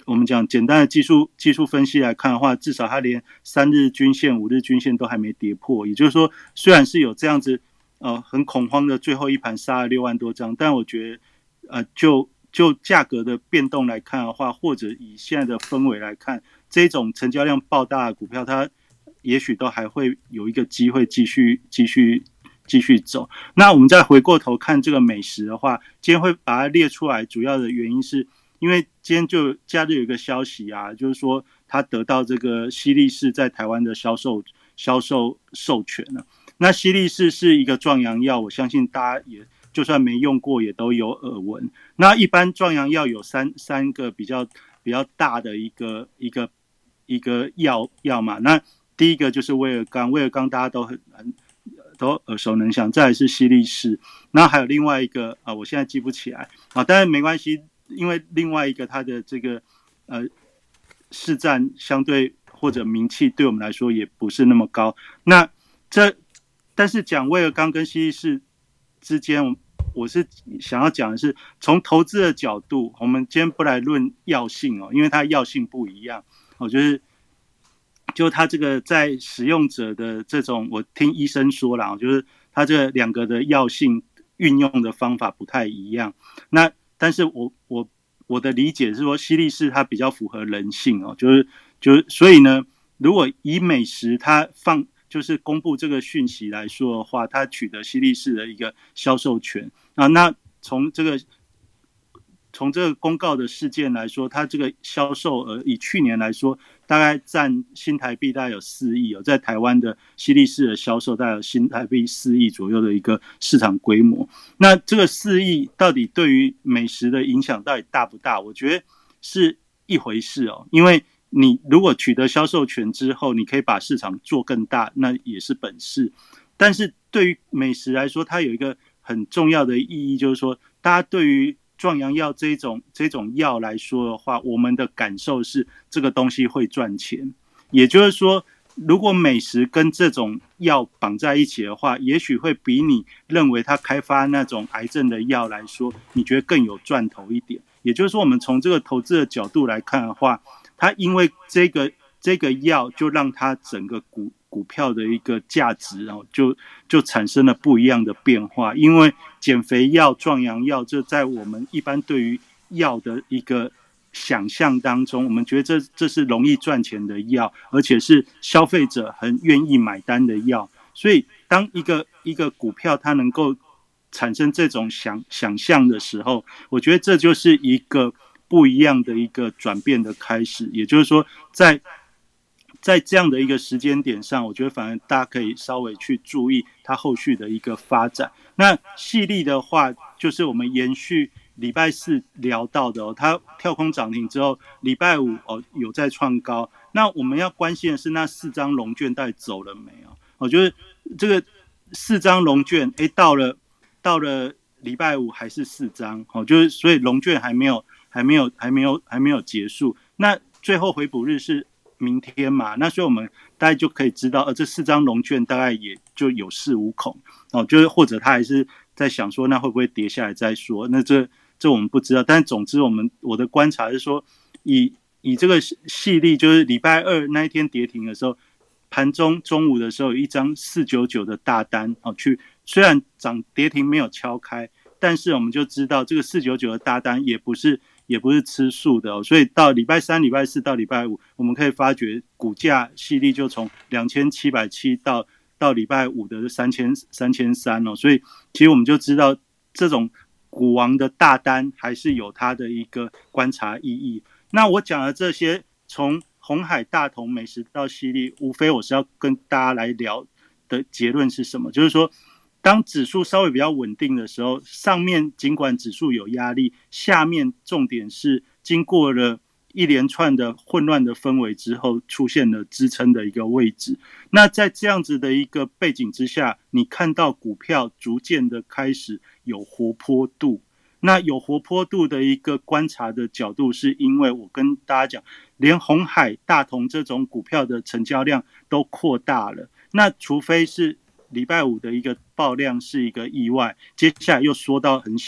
我们讲简单的技术技术分析来看的话，至少它连三日均线、五日均线都还没跌破。也就是说，虽然是有这样子呃很恐慌的最后一盘杀了六万多张，但我觉得呃就就价格的变动来看的话，或者以现在的氛围来看，这种成交量爆大的股票，它也许都还会有一个机会继续继续继续走。那我们再回过头看这个美食的话，今天会把它列出来，主要的原因是因为今天就假日有一个消息啊，就是说他得到这个西力士在台湾的销售销售授权了。那西力士是一个壮阳药，我相信大家也就算没用过也都有耳闻。那一般壮阳药有三三个比较比较大的一个一个一个药药嘛。那第一个就是威尔刚，威尔刚大家都很很都耳熟能详，再来是西力士，然后还有另外一个啊，我现在记不起来啊，但是没关系，因为另外一个它的这个呃市占相对或者名气对我们来说也不是那么高。那这但是讲威尔刚跟西力士之间，我是想要讲的是从投资的角度，我们今天不来论药性哦，因为它药性不一样哦，就是就它这个在使用者的这种，我听医生说啦，就是它这两个的药性运用的方法不太一样。那但是我我我的理解是说，西力士它比较符合人性哦，就是就是所以呢，如果以美食它放就是公布这个讯息来说的话，它取得西力士的一个销售权啊，那从这个从这个公告的事件来说，它这个销售额以去年来说，大概占新台币大概有四亿哦，在台湾的西力士的销售大概有新台币四亿左右的一个市场规模。那这个四亿到底对于美食的影响到底大不大？我觉得是一回事哦，因为你如果取得销售权之后，你可以把市场做更大，那也是本事。但是对于美食来说，它有一个很重要的意义，就是说，大家对于壮阳药这种这种药来说的话，我们的感受是这个东西会赚钱。也就是说，如果美食跟这种药绑在一起的话，也许会比你认为它开发那种癌症的药来说，你觉得更有赚头一点。也就是说，我们从这个投资的角度来看的话，它因为这个这个药就让它整个股股票的一个价值，然后就就产生了不一样的变化。因为减肥药、壮阳药，这在我们一般对于药的一个想象当中，我们觉得这这是容易赚钱的药，而且是消费者很愿意买单的药。所以，当一个一个股票它能够产生这种想想象的时候，我觉得这就是一个不一样的一个转变的开始。也就是说，在在这样的一个时间点上，我觉得反而大家可以稍微去注意它后续的一个发展。那细粒的话，就是我们延续礼拜四聊到的哦，它跳空涨停之后，礼拜五哦有在创高。那我们要关心的是那四张龙券到底走了没有？我觉得这个四张龙券，哎，到了到了礼拜五还是四张，哦，就是所以龙券还没有还没有还没有还没有结束。那最后回补日是明天嘛，那所以我们大概就可以知道，呃，这四张龙券大概也就有恃无恐哦，就是或者他还是在想说，那会不会跌下来再说？那这这我们不知道，但总之我们我的观察是说，以以这个细粒，就是礼拜二那一天跌停的时候，盘中中午的时候有一张四九九的大单哦，去虽然涨跌停没有敲开，但是我们就知道这个四九九的大单也不是。也不是吃素的哦，所以到礼拜三、礼拜四到礼拜五，我们可以发觉股价细粒就从两千七百七到到礼拜五的三千三千三哦，所以其实我们就知道这种股王的大单还是有它的一个观察意义。那我讲的这些，从鸿海、大同、美食到细粒，无非我是要跟大家来聊的结论是什么，就是说。当指数稍微比较稳定的时候，上面尽管指数有压力，下面重点是经过了一连串的混乱的氛围之后，出现了支撑的一个位置。那在这样子的一个背景之下，你看到股票逐渐的开始有活泼度。那有活泼度的一个观察的角度，是因为我跟大家讲，连鸿海、大同这种股票的成交量都扩大了。那除非是礼拜五的一个爆量是一个意外，接下来又缩到很小，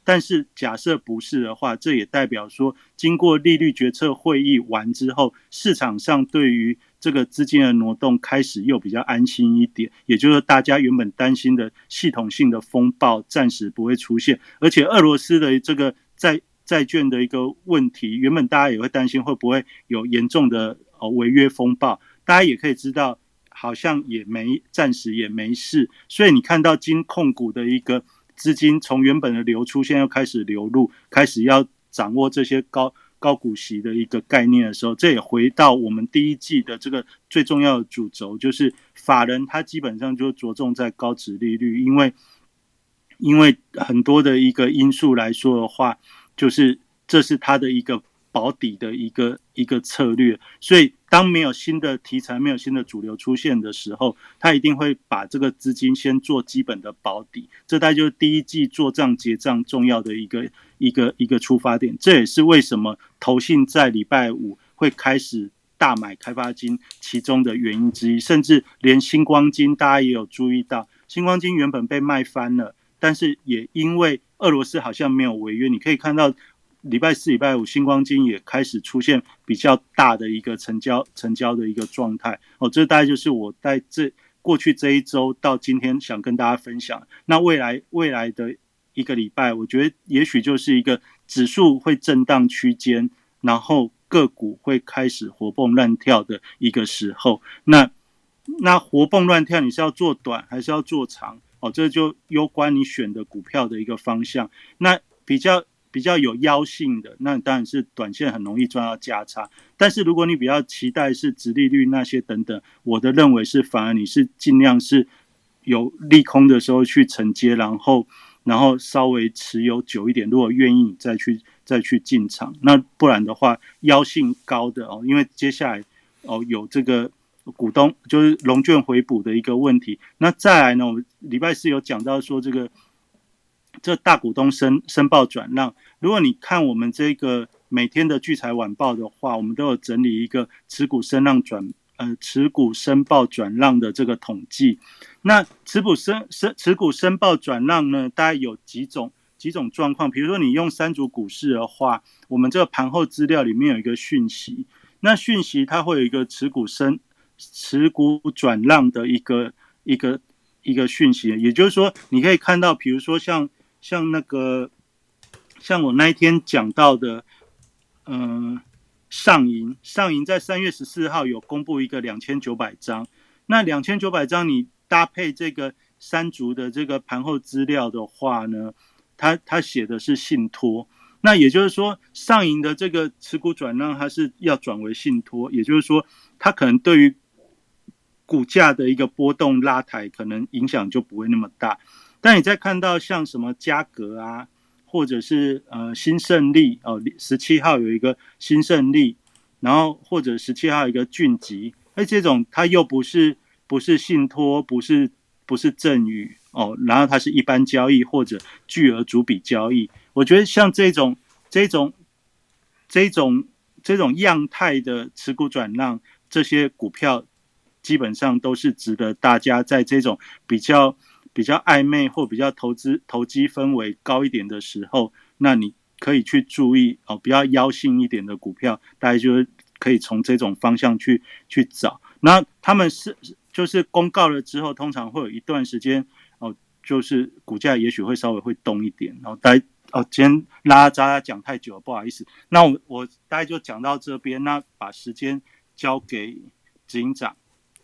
但是假设不是的话，这也代表说经过利率决策会议完之后，市场上对于这个资金的挪动开始又比较安心一点，也就是大家原本担心的系统性的风暴暂时不会出现，而且俄罗斯的这个债债券的一个问题，原本大家也会担心会不会有严重的违约风暴，大家也可以知道好像也没暂时也没事，所以你看到金控股的一个资金从原本的流出，现在又开始流入，开始要掌握这些高高股息的一个概念的时候，这也回到我们第一季的这个最重要的主轴，就是法人他基本上就着重在高殖利率，因为因为很多的一个因素来说的话，就是这是他的一个保底的一个一个策略，所以当没有新的题材、没有新的主流出现的时候，他一定会把这个资金先做基本的保底，这大概就是第一季做账结账重要的一个一个一个出发点。这也是为什么投信在礼拜五会开始大买开发金其中的原因之一，甚至连星光金大家也有注意到，星光金原本被卖翻了，但是也因为俄罗斯好像没有违约，你可以看到礼拜四、礼拜五，星光金也开始出现比较大的一个成交、成交的一个状态。哦，这大概就是我在这过去这一周到今天想跟大家分享。那未来未来的一个礼拜，我觉得也许就是一个指数会震荡区间，然后个股会开始活蹦乱跳的一个时候。那那活蹦乱跳，你是要做短还是要做长？哦，这就攸关你选的股票的一个方向。那比较。比较有妖性的，那当然是短线很容易赚到价差，但是如果你比较期待是殖利率那些等等，我的认为是反而你是尽量是有利空的时候去承接，然后然后稍微持有久一点，如果愿意你再去再去进场，那不然的话妖性高的哦，因为接下来哦有这个股东就是融券回补的一个问题，那再来呢，我们礼拜四有讲到说这个。这大股东申申报转让，如果你看我们这个每天的聚财晚报的话，我们都有整理一个持股申让转呃持股申报转让的这个统计。那持股申申持股申报转让呢，大概有几种几种状况。比如说你用三组股市的话，我们这个盘后资料里面有一个讯息，那讯息它会有一个持股申持股转让的一个一个一个讯息，也就是说你可以看到，比如说像。像那个，像我那一天讲到的，嗯、呃，上银，上银在三月十四号有公布一个两千九百张，那两千九百张你搭配这个三足的这个盘后资料的话呢，它它写的是信托，那也就是说上银的这个持股转让它是要转为信托，也就是说它可能对于股价的一个波动拉抬，可能影响就不会那么大。但你再看到像什么嘉格啊，或者是呃新胜利哦，十七号有一个新胜利，然后或者十七号有一个俊吉，哎，这种它又不是不是信托，不是不是赠与哦，然后它是一般交易或者巨额逐笔交易。我觉得像这种这种这种这种样态的持股转让，这些股票基本上都是值得大家在这种比较。比较暧昧或比较投资投机氛围高一点的时候，那你可以去注意哦，比较妖性一点的股票，大家就可以从这种方向去去找。那他们是就是公告了之后，通常会有一段时间哦，就是股价也许会稍微会动一点。然后大家哦，今天拉拉杂杂讲太久了，不好意思。那我我大概就讲到这边，那把时间交给执行长。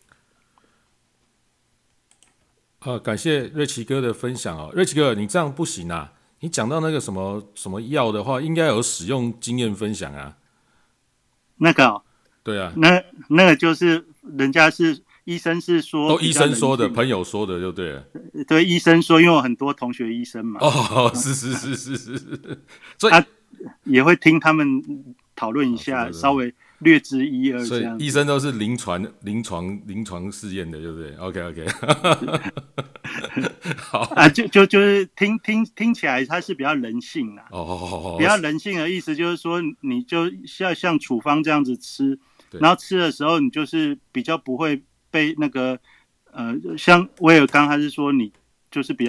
呃，感谢瑞奇哥的分享哦。瑞奇哥，你这样不行啊！你讲到那个什么什么药的话，应该有使用经验分享啊。 那个、哦， 对啊， 那那个就是人家是医生是说， 都医生说的，朋友说的就对了。 对，医生说，因为我很多同学医生嘛。 哦，是是是是是， 所以、啊、也会听他们讨论一下，哦、稍微。略知一二， 所以医生都是临床、临床、临床试验的，对不对 ？OK OK， 好啊，就就就是听听听起来它是比较人性啦， 哦， 比较人性的意思就是说，你就要像处方这样子吃，然后吃的时候你就是比较不会被那个呃，像威尔刚他是说你就是比较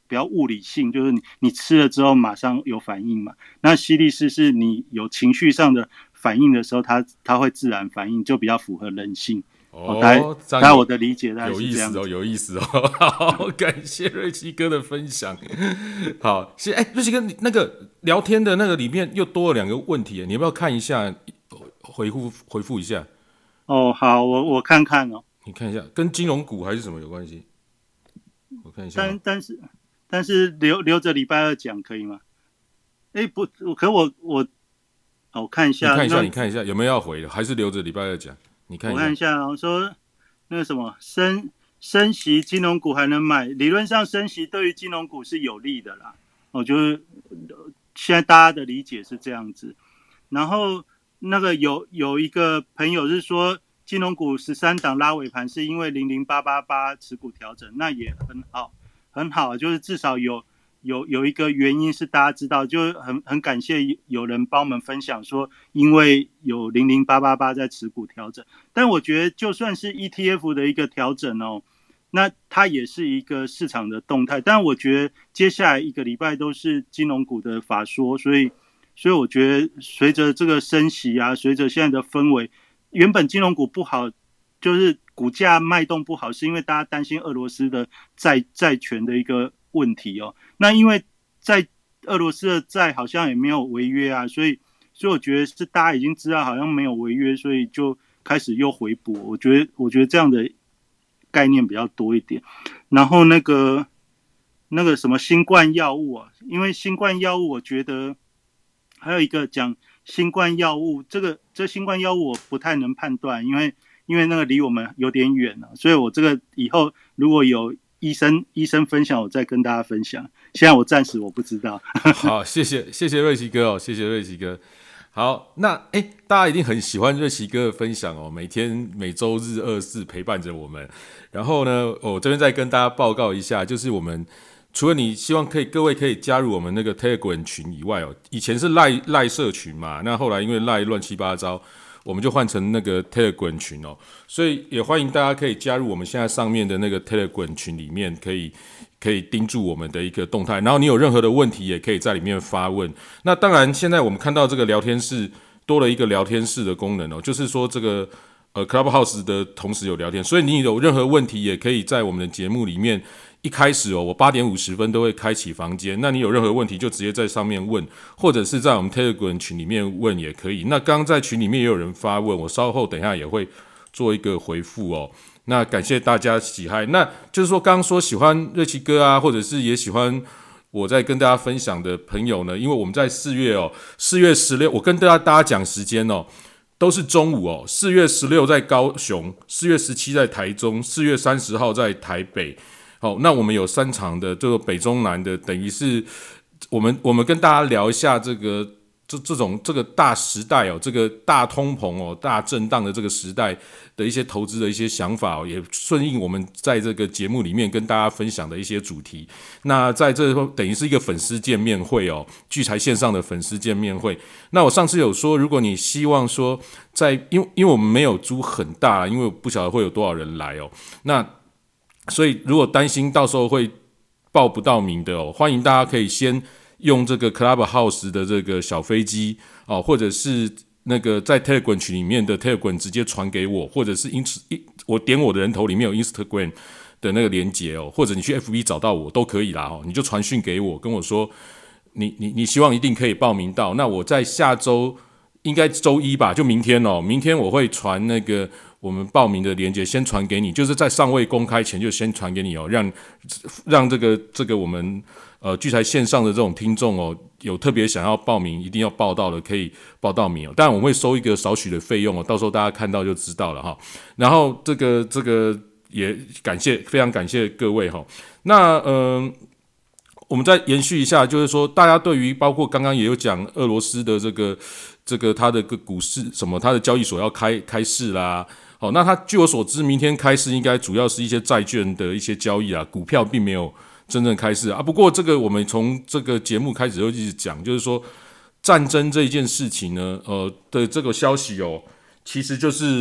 比较物理性，就是你你吃了之后马上有反应嘛。那犀利士是你有情绪上的反应的时候，它它会自然反应，就比较符合人性。 哦， 大概大概我的理解大概有意是这样子。 思哦，有意思哦。好，感谢瑞奇哥的分享。好，谢哎，瑞奇哥，你那个聊天的那个里面又多了两个问题，你要不要看一下，回复回复一下？ 哦，好，我我看看哦。 你看一下，跟金融股还是什么有关系？我看一下、哦。 但但是但是留留着礼拜二讲可以吗？哎，不，可我我、哦、我看一下， 你看一下，你看一下有没有要回的，还是留着礼拜二讲？你看一下， 我看一下，我说那个什么升升息，金融股还能买，理论上升息对于金融股是有利的啦。我觉得现在大家的理解是这样子。然后那个有有一个朋友是说，金融股十三档拉尾盘是因为零零八八八持股调整，那也很好，很好，就是至少有。有有一个原因是大家知道，就很很感谢有人帮我们分享说，因为有零零八八八在持股调整，但我觉得就算是 E T F 的一个调整哦，那它也是一个市场的动态。但我觉得接下来一个礼拜都是金融股的法说，所以所以我觉得随着这个升息啊，随着现在的氛围，原本金融股不好，就是股价脉动不好，是因为大家担心俄罗斯的债债权的一个问题哦。那因为在俄罗斯的债好像也没有违约啊，所以所以我觉得是大家已经知道好像没有违约，所以就开始又回补。我觉得我觉得这样的概念比较多一点。然后那个那个什么新冠药物啊，因为新冠药物我觉得还有一个讲新冠药物，这个这新冠药物我不太能判断，因为因为那个离我们有点远了，所以我这个以后如果有医生医生分享，我再跟大家分享。现在我暂时我不知道。 好，谢谢谢谢瑞奇哥哦，谢谢瑞奇哥。好，那哎，大家一定很喜欢瑞奇哥的分享哦，每天每周日二四陪伴着我们。然后呢，我这边再跟大家报告一下，就是我们除了你希望可以各位可以加入我们那个 Telegram 群以外哦，以前是赖赖社群嘛，那后来因为赖乱七八糟。我们就换成那个 Telegram 群哦，所以也欢迎大家可以加入我们现在上面的那个 Telegram 群里面，可以可以盯住我们的一个动态，然后你有任何的问题也可以在里面发问。那当然，现在我们看到这个聊天室多了一个聊天室的功能哦，就是说这个呃 Clubhouse 的同时有聊天，所以你有任何问题也可以在我们的节目里面。一开始哦，我八点五十分都会开启房间，那你有任何问题就直接在上面问，或者是在我们 Telegram 群里面问也可以。那刚刚在群里面也有人发问，我稍后等一下也会做一个回复哦。那感谢大家喜爱，那就是说刚刚说喜欢瑞奇哥啊，或者是也喜欢我在跟大家分享的朋友呢，因为我们在四月哦，四月十六，我跟大家大家讲时间哦。都是中午哦，四月十六在高雄，四月十七在台中，四月三十号在台北。好，那我们有三场的这个北中南的，等于是我们我们跟大家聊一下这个这这种这个大时代哦，这个大通膨哦，大震荡的这个时代的一些投资的一些想法哦，也顺应我们在这个节目里面跟大家分享的一些主题。那在这等于是一个粉丝见面会哦，聚财线上的粉丝见面会。那我上次有说，如果你希望说在因为因为我们没有租很大，因为我不晓得会有多少人来哦，那。所以，如果担心到时候会报不到名的哦，欢迎大家可以先用这个 Clubhouse 的这个小飞机哦，或者是那个在 Telegram 群里面的 Telegram 直接传给我，或者是 Inst 我点我的人头里面有 Instagram 的那个连结哦，或者你去 F B 找到我都可以啦哦，你就传讯给我，跟我说你你你希望一定可以报名到，那我在下周应该周一吧，就明天哦，明天我会传那个。我们报名的连结先传给你，就是在尚未公开前就先传给你哦，让让这个这个我们呃聚财线上的这种听众哦，有特别想要报名一定要报到的可以报到名哦，当然我们会收一个少许的费用哦，到时候大家看到就知道了哈。然后这个这个也感谢非常感谢各位哈。那嗯、呃，我们再延续一下，就是说大家对于包括刚刚也有讲俄罗斯的这个这个它的个股市什么，它的交易所要开开市啦。好，那它据我所知，明天开市应该主要是一些债券的一些交易啊，股票并没有真正开市啊。不过这个我们从这个节目开始就一直讲，就是说战争这一件事情呢，呃的这个消息哦，其实就是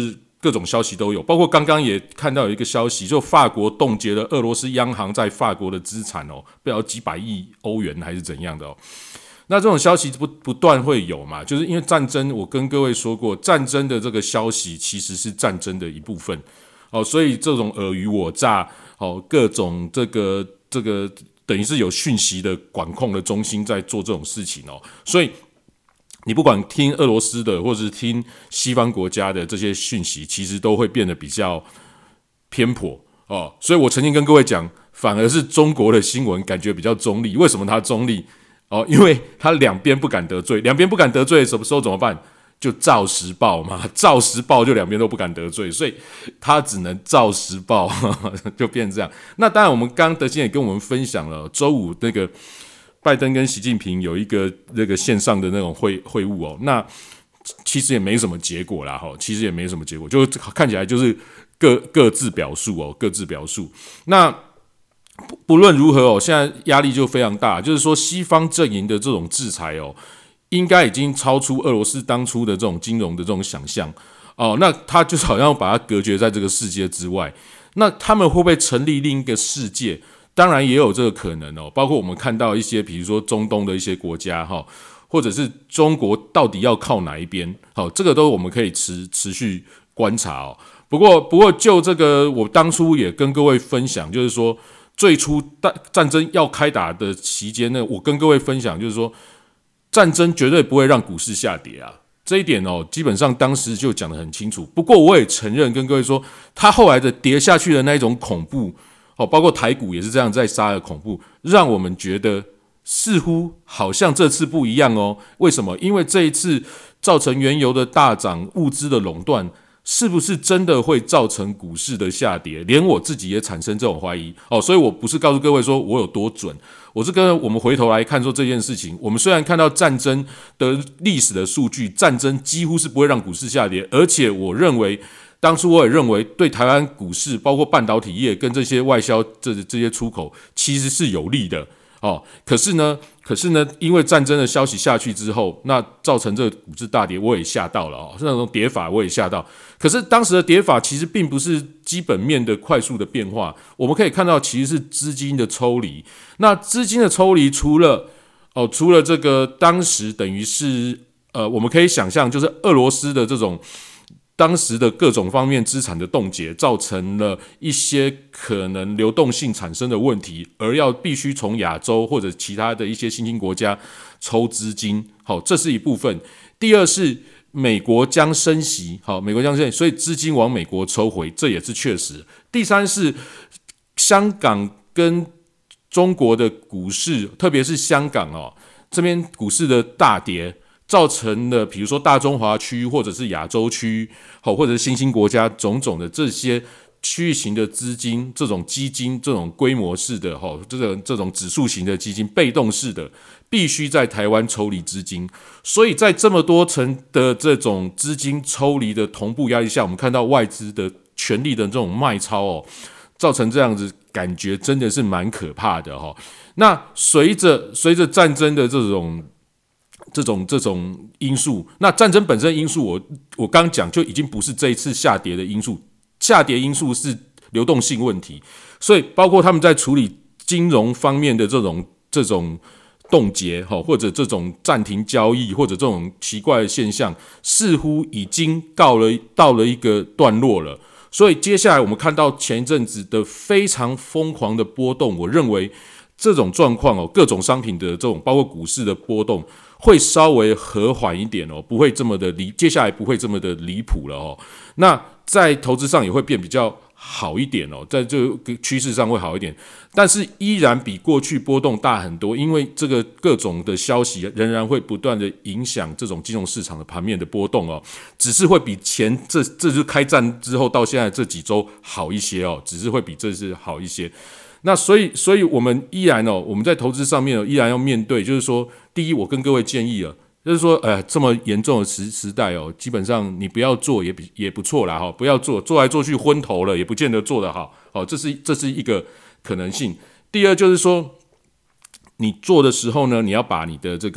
各种消息都有，包括刚刚也看到有一个消息，就法国冻结了俄罗斯央行在法国的资产哦，不知道几百亿欧元还是怎样的哦。那这种消息不不断会有嘛，就是因为战争，我跟各位说过，战争的这个消息其实是战争的一部分哦，所以这种尔虞我诈哦，各种这个这个等于是有讯息的管控的中心在做这种事情哦，所以。你不管听俄罗斯的，或者是听西方国家的这些讯息，其实都会变得比较偏颇哦。所以我曾经跟各位讲，反而是中国的新闻感觉比较中立。为什么它中立？哦，因为它两边不敢得罪，两边不敢得罪，什么时候怎么办？就照实报嘛，照实报就两边都不敢得罪，所以他只能照实报，呵呵就变这样。那当然，我们刚刚德兴也跟我们分享了周五那个。拜登跟习近平有一个那个线上的那种会会晤哦，那其实也没什么结果啦，哈，其实也没什么结果，就看起来就是各各自表述哦，各自表述。那不不论如何哦，现在压力就非常大，就是说西方阵营的这种制裁哦，应该已经超出俄罗斯当初的这种金融的这种想象哦，那他就是好像把它隔绝在这个世界之外，那他们会不会成立另一个世界？当然也有这个可能哦，包括我们看到一些，比如说中东的一些国家哈，或者是中国到底要靠哪一边？好，这个都我们可以持持续观察哦。不过，不过就这个，我当初也跟各位分享，就是说最初战争要开打的期间呢，我跟各位分享，就是说战争绝对不会让股市下跌啊。这一点哦，基本上当时就讲得很清楚。不过我也承认跟各位说，它后来的跌下去的那一种恐怖。哦，包括台股也是这样在杀的恐怖，让我们觉得似乎好像这次不一样哦。为什么？因为这一次造成原油的大涨、物资的垄断，是不是真的会造成股市的下跌？连我自己也产生这种怀疑哦。所以我不是告诉各位说我有多准，我是跟我们回头来看说这件事情。我们虽然看到战争的历史的数据，战争几乎是不会让股市下跌，而且我认为。当初我也认为对台湾股市，包括半导体业跟这些外销这这些出口，其实是有利的哦。可是呢，可是呢，因为战争的消息下去之后，那造成这个股市大跌，我也吓到了哦。那种跌法我也吓到。可是当时的跌法其实并不是基本面的快速的变化，我们可以看到其实是资金的抽离。那资金的抽离，除了哦，除了这个当时等于是呃，我们可以想象，就是俄罗斯的这种。当时的各种方面资产的冻结，造成了一些可能流动性产生的问题，而要必须从亚洲或者其他的一些新兴国家抽资金，好，这是一部分。第二是美国将升息，好，美国将升息，所以资金往美国抽回，这也是确实。第三是香港跟中国的股市，特别是香港哦这边股市的大跌。造成了比如说大中华区或者是亚洲区或者是新兴国家种种的这些区域型的资金，这种基金，这种规模式的这种这种指数型的基金，被动式的必须在台湾抽离资金，所以在这么多层的这种资金抽离的同步压力下，我们看到外资的全力的这种卖超哦，造成这样子感觉真的是蛮可怕的哦。那随着随着战争的这种这种这种因素，那战争本身因素我，我我刚讲就已经不是这一次下跌的因素，下跌因素是流动性问题，所以包括他们在处理金融方面的这种这种冻结，或者这种暂停交易，或者这种奇怪的现象，似乎已经到了到了一个段落了。所以接下来我们看到前一阵子的非常疯狂的波动，我认为这种状况哦，各种商品的这种包括股市的波动会稍微和缓一点哦，不会这么的离，接下来不会这么的离谱了哦。那在投资上也会变比较好一点哦，在这个趋势上会好一点，但是依然比过去波动大很多，因为这个各种的消息仍然会不断的影响这种金融市场的盘面的波动哦，只是会比前这这就开战之后到现在这几周好一些哦，只是会比这次好一些。那所以，所以我们依然哦，我们在投资上面哦，依然要面对，就是说，第一，我跟各位建议了，就是说，呃，这么严重的时时代哦，基本上你不要做也比也不错啦哈，不要做，做来做去昏头了，也不见得做得好，哦，这是这是一个可能性。第二就是说，你做的时候呢，你要把你的这个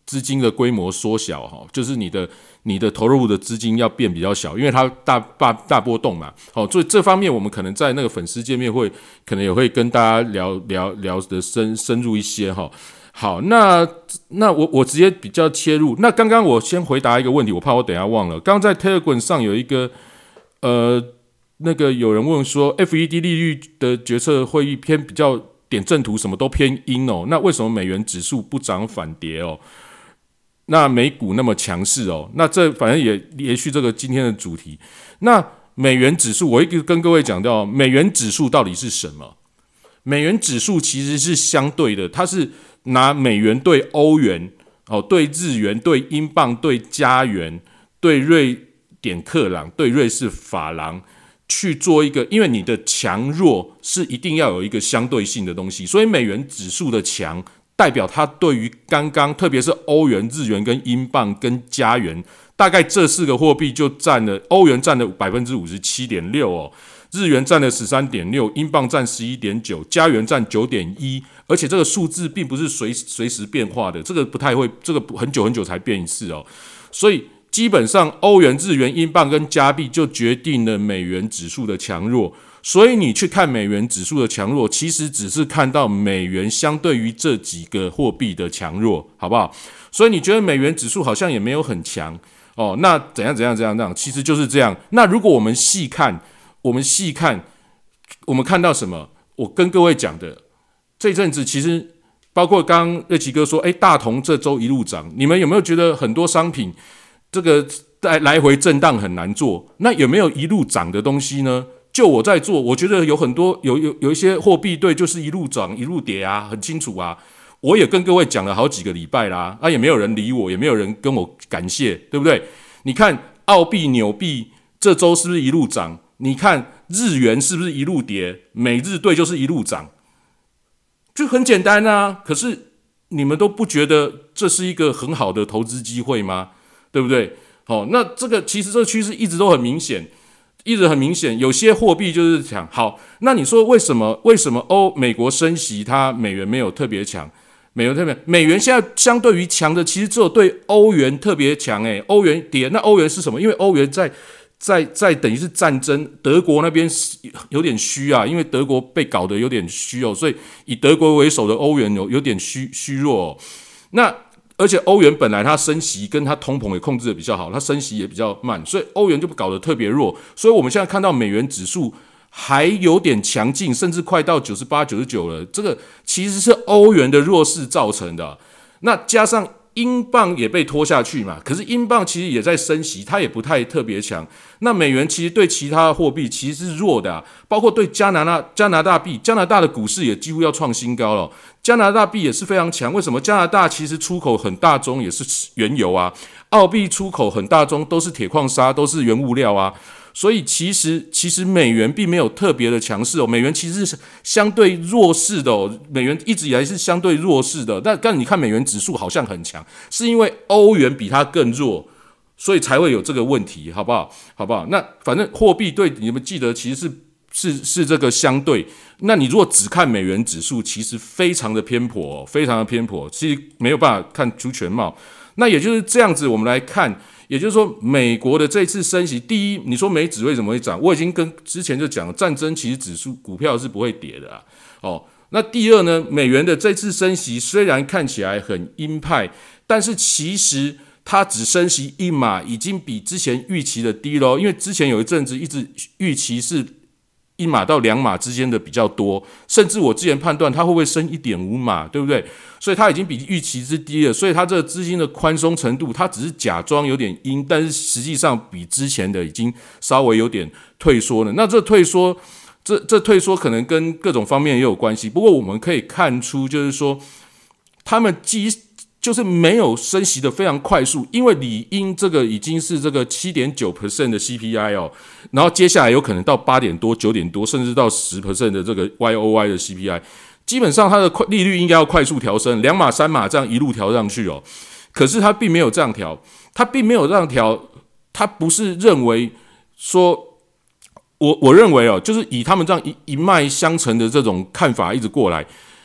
资金的规模缩小哈，就是你的你的投入的资金要变比较小，因为它大大大波动嘛。好，所以这方面我们可能在那个粉丝界面会可能也会跟大家聊聊聊的深深入一些哈。好，那那我我直接比较切入。那刚刚我先回答一个问题，我怕我等一下忘了。刚刚在 Telegram 上有一个呃那个有人问说 ，F E D 利率的决策会议偏比较点阵图什么都偏阴哦，那为什么美元指数不涨反跌哦？那美股那么强势哦，那这反正也延续这个今天的主题。那美元指数，我一直跟各位讲到，美元指数到底是什么？美元指数其实是相对的，它是拿美元对欧元、哦对日元、对英镑、对加元、对瑞典克朗、对瑞士法郎去做一个，因为你的强弱是一定要有一个相对性的东西，所以美元指数的强代表它对于刚刚特别是欧元、日元跟英镑跟加元，大概这四个货币就占了，欧元占了 百分之五十七点六 哦。日元占了 十三点六， 英镑占 十一点九， 加元占 九点一， 而且这个数字并不是随随时变化的，这个不太会，这个很久很久才变一次哦。所以基本上欧元、日元、英镑跟加币就决定了美元指数的强弱。所以你去看美元指数的强弱，其实只是看到美元相对于这几个货币的强弱，好不好？所以你觉得美元指数好像也没有很强哦，那怎样怎样怎样怎样，其实就是这样。那如果我们细看，我们细看，我们看到什么？我跟各位讲的，这阵子其实包括刚刚瑞奇哥说，哎，大同这周一路涨，你们有没有觉得很多商品这个来来回震荡很难做？那有没有一路涨的东西呢？就我在做，我觉得有很多有有有一些货币对就是一路涨一路跌啊，很清楚啊。我也跟各位讲了好几个礼拜啦，啊也没有人理我，也没有人跟我感谢，对不对？你看澳币、纽币这周是不是一路涨？你看日元是不是一路跌？美日兑就是一路涨，就很简单啊。可是你们都不觉得这是一个很好的投资机会吗？对不对？好，那这个其实这个趋势一直都很明显，一直很明显。有些货币就是强，好，那你说为什么？为什么欧美国升息，它美元没有特别强？美元特别，美元现在相对于强的，其实只有对欧元特别强。诶，欧元跌，那欧元是什么？因为欧元在。在在等于是战争，德国那边有点虚啊，因为德国被搞得有点虚哦，所以以德国为首的欧元有有点虚虚弱哦。那而且欧元本来它升息跟它通膨也控制的比较好，它升息也比较慢，所以欧元就搞得特别弱。所以我们现在看到美元指数还有点强劲，甚至快到九十八、九十九了。这个其实是欧元的弱势造成的。那加上英镑也被拖下去嘛，可是英镑其实也在升息，它也不太特别强。那美元其实对其他货币其实是弱的啊，包括对加拿大加拿大币，加拿大的股市也几乎要创新高了。加拿大币也是非常强，为什么？加拿大其实出口很大宗也是原油啊，澳币出口很大宗都是铁矿砂，都是原物料啊。所以其实其实美元并没有特别的强势哦，美元其实是相对弱势的哦，美元一直以来是相对弱势的。但但你看美元指数好像很强，是因为欧元比它更弱，所以才会有这个问题，好不好？好不好？那反正货币对你们记得其实是是是这个相对。那你如果只看美元指数，其实非常的偏颇哦，非常的偏颇，其实没有办法看出全貌。那也就是这样子，我们来看。也就是说，美国的这次升息，第一，你说美指为什么会涨？我已经跟之前就讲了，战争其实指数股票是不会跌的啊。哦，那第二呢，美元的这次升息虽然看起来很鹰派，但是其实它只升息一码，已经比之前预期的低咯。因为之前有一阵子一直预期是一码到两码之间的比较多，甚至我之前判断它会不会升 一点五码，对不对？所以它已经比预期之低了，所以它这个资金的宽松程度，它只是假装有点阴，但是实际上比之前的已经稍微有点退缩了。那这退缩，这这退缩可能跟各种方面也有关系。不过我们可以看出，就是说他们基就是没有升息的非常快速，因为理应这个已经是这个 百分之七点九 的 C P I 哦，然后接下来有可能到八点多、九点多，甚至到 百分之十 的这个 Y O Y 的 C P I。基本上它的利率应该要快速调升，两码三码这样一路调上去哦。可是它并没有这样调，它并没有这样调，它不是认为说，我我认为哦，就是以他们这样一一脉相承的这种看法一直过来，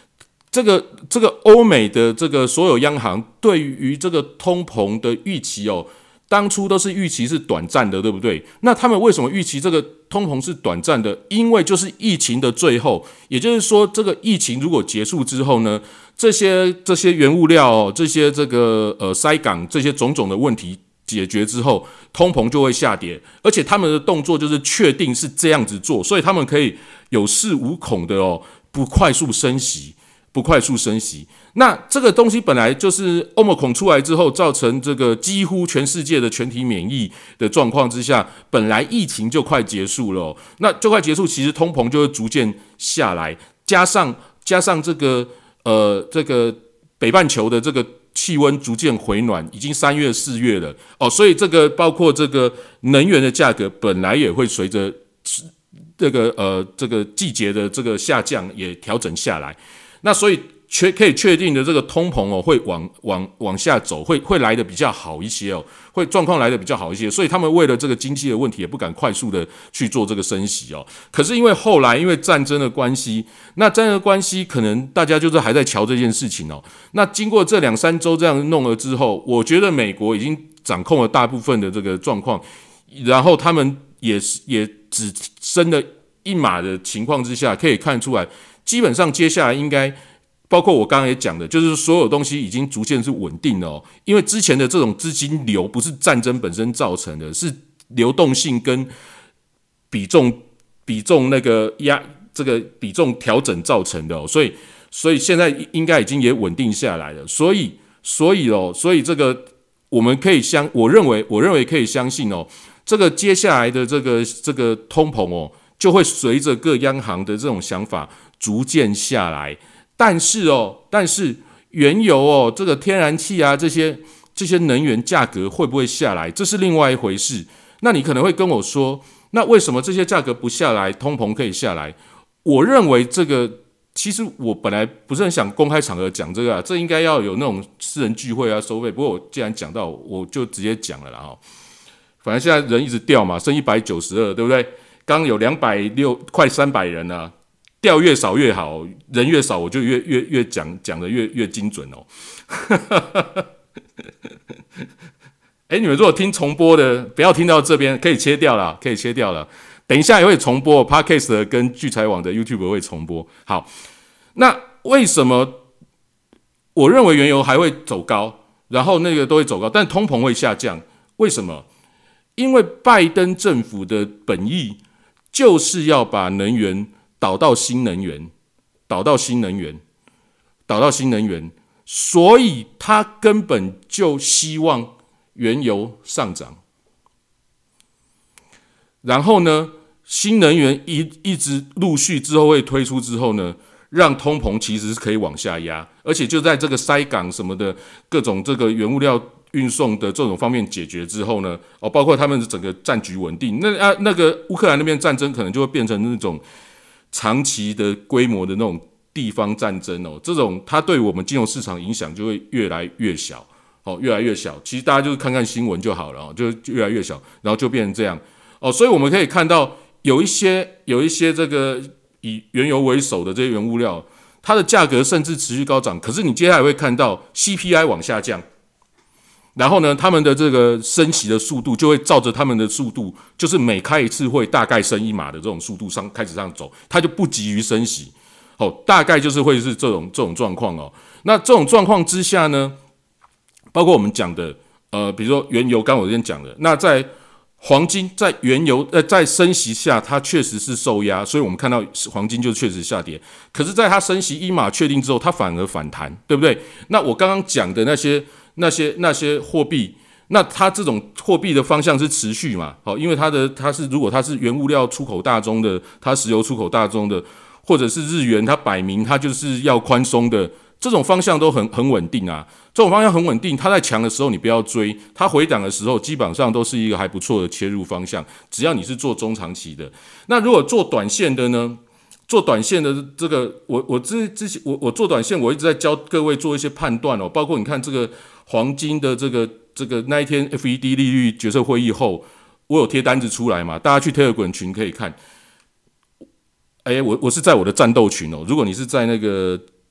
这个这个欧美的这个所有央行对于这个通膨的预期哦，当初都是预期是短暂的，对不对？那他们为什么预期这个通膨是短暂的？因为就是疫情的最后，也就是说，这个疫情如果结束之后呢，这些这些原物料、哦、这些这个呃塞港这些种种的问题解决之后，通膨就会下跌，而且他们的动作就是确定是这样子做，所以他们可以有恃无恐的哦，不快速升息。不快速升息，那这个东西本来就是 Omicron 出来之后，造成这个几乎全世界的全体免疫的状况之下，本来疫情就快结束了、哦，那就快结束，其实通膨就会逐渐下来，加上加上这个呃这个北半球的这个气温逐渐回暖，已经三月四月了哦，所以这个包括这个能源的价格本来也会随着这个呃这个季节的这个下降也调整下来。那所以确可以确定的这个通膨哦，会往往往下走，会会来的比较好一些哦，会状况来的比较好一些，所以他们为了这个经济的问题，也不敢快速的去做这个升息哦。可是因为后来因为战争的关系，那战争的关系，可能大家就是还在瞧这件事情哦。那经过这两三周这样弄了之后，我觉得美国已经掌控了大部分的这个状况，然后他们也也只升了一码的情况之下，可以看出来。基本上接下来应该包括我刚刚也讲的，就是所有东西已经逐渐是稳定了哦，因为之前的这种资金流不是战争本身造成的，是流动性跟比重比重那个压这个比重调整造成的哦，所以所以现在应该已经也稳定下来了，所以所以哦，所以这个我们可以相，我认为我认为可以相信哦，这个接下来的这个这个通膨哦，就会随着各央行的这种想法。逐渐下来，但是哦，但是原油哦，这个天然气啊，这些这些能源价格会不会下来？这是另外一回事。那你可能会跟我说，那为什么这些价格不下来，通膨可以下来？我认为这个，其实我本来不是很想公开场合讲这个啊，这应该要有那种私人聚会啊收费。不过我既然讲到，我就直接讲了啦哈。反正现在人一直掉嘛，剩一百九十二，对不对？刚有两百六，快三百人啊。调越少越好，人越少我就越越越讲讲的越越精准哦。哎，你们如果听重播的，不要听到这边，可以切掉了，可以切掉了。等一下也会重播 ，Podcast 跟聚财网的 YouTube 会重播。好，那为什么我认为原油还会走高，然后那个都会走高，但通膨会下降？为什么？因为拜登政府的本意就是要把能源。导到新能源，导到新能源，导到新能源，所以他根本就希望原油上涨。然后呢，新能源一一直陆续之后会推出之后呢，让通膨其实是可以往下压，而且就在这个塞港什么的各种这个原物料运送的这种方面解决之后呢，哦，包括他们的整个战局稳定，那啊那个乌克兰那边战争可能就会变成那种。长期的规模的那种地方战争哦，这种它对我们金融市场影响就会越来越小，哦，越来越小。其实大家就是看看新闻就好了，哦，就越来越小，然后就变成这样哦。所以我们可以看到有一些有一些这个以原油为首的这些原物料，它的价格甚至持续高涨，可是你接下来会看到 C P I 往下降。然后呢，他们的这个升息的速度就会照着他们的速度，就是每开一次会大概升一码的这种速度上开始上走，它就不急于升息，哦，大概就是会是这种这种状况哦。那这种状况之下呢，包括我们讲的，呃，比如说原油，刚刚我之前讲的，那在黄金在原油呃在升息下，它确实是受压，所以我们看到黄金就确实下跌。可是，在它升息一码确定之后，它反而反弹，对不对？那我刚刚讲的那些。那些那些货币，那它这种货币的方向是持续嘛？好，因为它的它是如果它是原物料出口大宗的，它石油出口大宗的，或者是日元，它摆明它就是要宽松的，这种方向都很很稳定啊。这种方向很稳定，它在强的时候你不要追，它回档的时候基本上都是一个还不错的切入方向。只要你是做中长期的，那如果做短线的呢？做短线的这个，我我之之前我我做短线，我一直在教各位做一些判断哦，包括你看这个黄金的这个这个那一天 F E D 利率决策会议后，我有贴单子出来嘛，大家去 Telegram 群可以看。哎，我我是在我的战斗群哦，如果你是在那个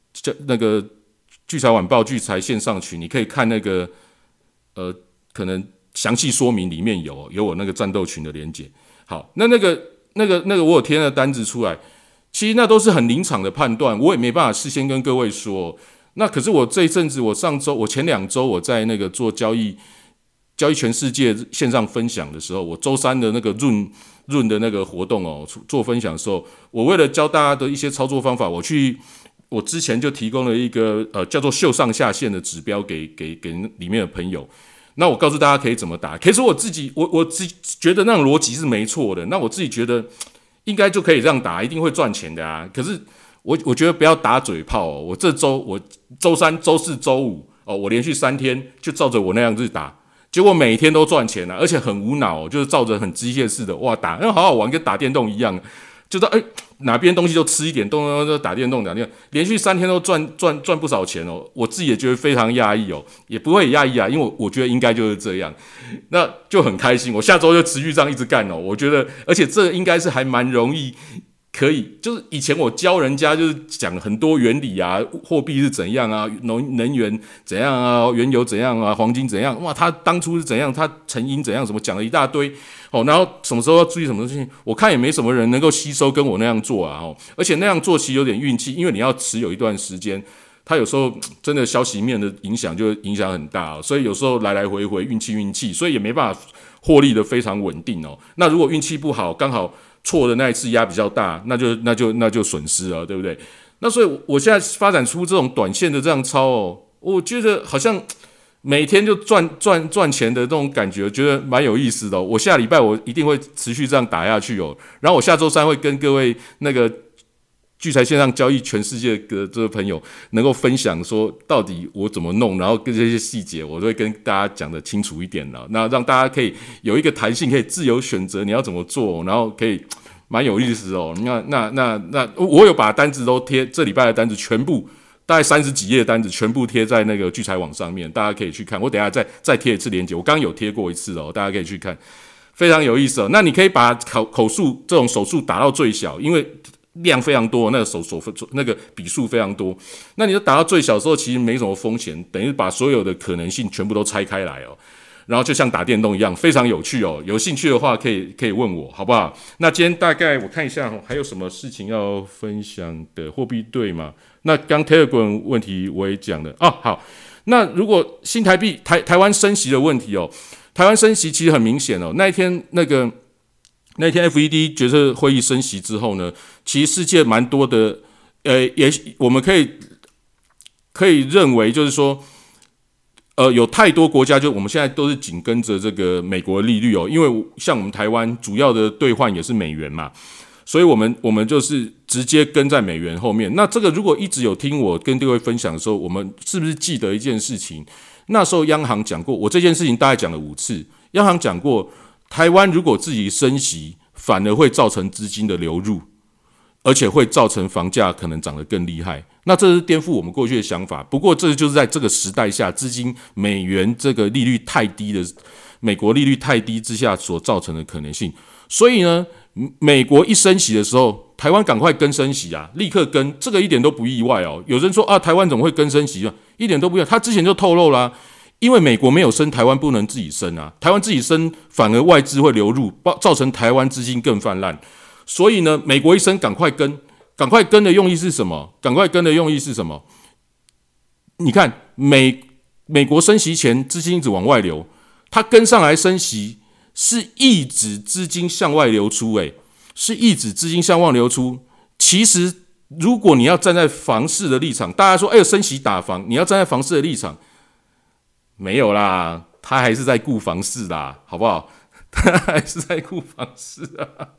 那个聚财晚报聚财线上群，你可以看那个呃可能详细说明里面有有我那个战斗群的连结。好，那那个那个那个我有贴那个单子出来，其实那都是很临场的判断，我也没办法事先跟各位说。那可是我这一阵子，我上周我前两周我在那个做交易。交易全世界线上分享的时候，我周三的那个润润的那个活动哦，做分享的时候，我为了教大家的一些操作方法，我去我之前就提供了一个呃叫做秀上下限的指标给给给里面的朋友。那我告诉大家可以怎么打，可是我自己我我自己觉得那种逻辑是没错的，那我自己觉得应该就可以这样打，一定会赚钱的啊。可是我我觉得不要打嘴炮哦，我这周我周三、周四、周五哦，我连续三天就照着我那样子打。结果每天都赚钱了、啊，而且很无脑、哦，就是照着很机械式的哇打，那好好玩，跟打电动一样，就到哎哪边东西就吃一点，动动动打电动打电动，连续三天都赚赚赚不少钱哦，我自己也觉得非常压抑哦，也不会压抑啊，因为我我觉得应该就是这样，那就很开心，我下周就持续这样一直干哦，我觉得而且这应该是还蛮容易。可以，就是以前我教人家就是讲很多原理啊，货币是怎样啊，能能源怎样啊，原油怎样啊，黄金怎样，哇，他当初是怎样，他成因怎样，什么讲了一大堆哦，然后什么时候要注意什么东西，我看也没什么人能够吸收跟我那样做啊，哦，而且那样做其实有点运气，因为你要持有一段时间，它有时候真的消息面的影响就影响很大，哦，所以有时候来来回回运气运气，所以也没办法获利的非常稳定哦。那如果运气不好，刚好。错的那一次压比较大，那就那就那就损失了，对不对？那所以我现在发展出这种短线的这样操哦，我觉得好像每天就赚赚赚钱的这种感觉，觉得蛮有意思的哦。我下礼拜我一定会持续这样打下去哦。然后我下周三会跟各位那个聚财线上交易全世界的这个朋友能够分享说到底我怎么弄，然后跟这些细节我都会跟大家讲得清楚一点了，那让大家可以有一个弹性，可以自由选择你要怎么做，然后可以蛮有意思哦。那那那那我有把单子都贴，这礼拜的单子全部大概三十几页的单子全部贴在那个聚财网上面，大家可以去看。我等一下再再贴一次连结，我刚刚有贴过一次哦，大家可以去看，非常有意思哦。那你可以把口口数这种手数打到最小，因为量非常多，那个手手那个笔数非常多，那你就打到最小的时候，其实没什么风险，等于把所有的可能性全部都拆开来哦，然后就像打电动一样，非常有趣哦。有兴趣的话，可以可以问我，好不好？那今天大概我看一下还有什么事情要分享的，货币对吗？那刚 Telegram 问题我也讲了哦，好。那如果新台币台台湾升息的问题哦，台湾升息其实很明显哦，那一天那个。那天 F E D 决策会议升息之后呢，其实世界蛮多的，呃，也我们可以可以认为就是说，呃，有太多国家就我们现在都是紧跟着这个美国的利率哦，因为像我们台湾主要的兑换也是美元嘛，所以我们我们就是直接跟在美元后面。那这个如果一直有听我跟各位分享的时候，我们是不是记得一件事情？那时候央行讲过，我这件事情大概讲了五次，央行讲过。台湾如果自己升息，反而会造成资金的流入，而且会造成房价可能涨得更厉害。那这是颠覆我们过去的想法。不过这就是在这个时代下，资金美元这个利率太低的，美国利率太低之下所造成的可能性。所以呢，美国一升息的时候，台湾赶快跟升息啊，立刻跟，这个一点都不意外哦。有人说啊，台湾怎么会跟升息啊？一点都不意外，他之前就透露啦、啊。因为美国没有升，台湾不能自己升啊。台湾自己升，反而外资会流入，造成台湾资金更泛滥。所以呢，美国一升，赶快跟，赶快跟的用意是什么？赶快跟的用意是什么？你看，美美国升息前，资金一直往外流，它跟上来升息，是抑制资金向外流出，诶，是抑制资金向外流出。其实，如果你要站在房市的立场，大家说，哎呦，升息打房，你要站在房市的立场。没有啦，他还是在顾房市啦，好不好？他还是在顾房市啊，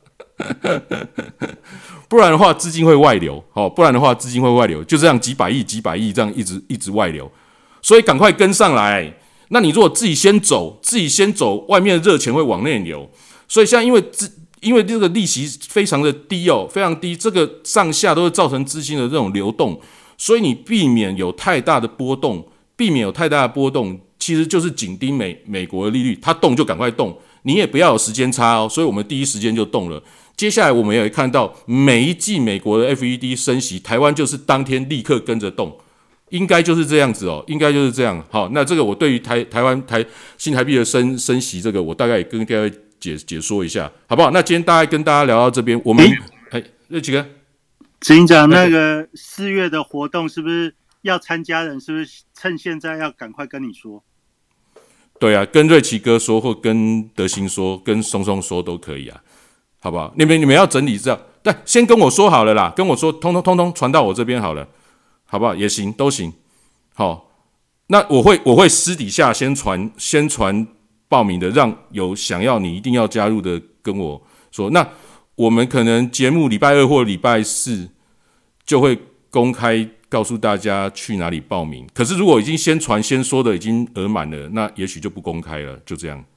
不然的话资金会外流，哦，不然的话资金会外流，就这样几百亿、几百亿这样一直一直外流，所以赶快跟上来。那你如果自己先走，自己先走，外面的热钱会往内流，所以现在因为资因为这个利息非常的低哦，非常低，这个上下都会造成资金的这种流动，所以你避免有太大的波动，避免有太大的波动。其实就是紧盯美美国的利率，它动就赶快动， 你也不要有时间差哦，所以我们第一时间就动了。接下来我们也会看到每一季美国的 F E D 升息，台湾就是当天立刻跟着动，应该就是这样子哦，应该就是这样。好，那这个我对于台台湾台新台币的升升息，这个我大概也跟各位解解说一下，好不好？那今天大概跟大家聊到这边，我们哎，瑞奇哥， 执行长，那个四月的活动是不是要参加人？是不是趁现在要赶快跟你说？ 对啊，跟瑞奇哥说，或跟德兴说，跟松松说都可以啊。好不好？你们你们要整理这样，但先跟我说好了啦，跟我说，通通通通传到我这边好了，好不好？也行，都行。好，那我会我会私底下先传先传报名的，让有想要你一定要加入的跟我说。那我们可能节目礼拜二或礼拜四就会公开告诉大家去哪里报名。可是如果已经先传先说的已经额满了，那也许就不公开了，就这样。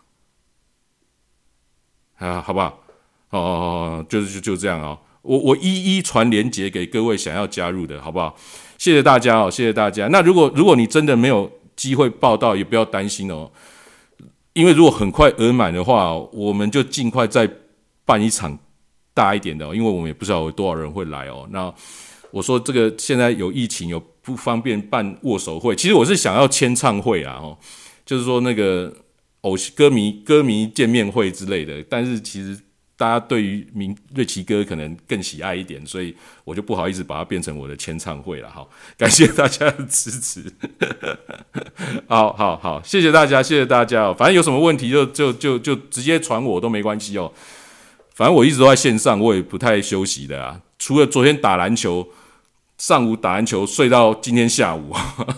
啊，好不好？哦哦哦，就是就就这样哦，我我一一传连结给各位想要加入的，好不好？谢谢大家哦，谢谢大家。那如果如果你真的没有机会报到，也不要担心哦，因为如果很快额满的话，我们就尽快再办一场大一点的哦，因为我们也不知道有多少人会来哦。那我说这个现在有疫情，有不方便办握手会，其实我是想要签唱会啊，哦，就是说那个偶歌迷歌迷见面会之类的，但是其实。大家对于明瑞奇哥可能更喜爱一点，所以我就不好意思把它变成我的签唱会了。好，感谢大家的支持。好好好，谢谢大家，谢谢大家哦。反正有什么问题就就就就直接传我都没关系哦。反正我一直都在线上，我也不太休息的啊。除了昨天打篮球，上午打篮球睡到今天下午。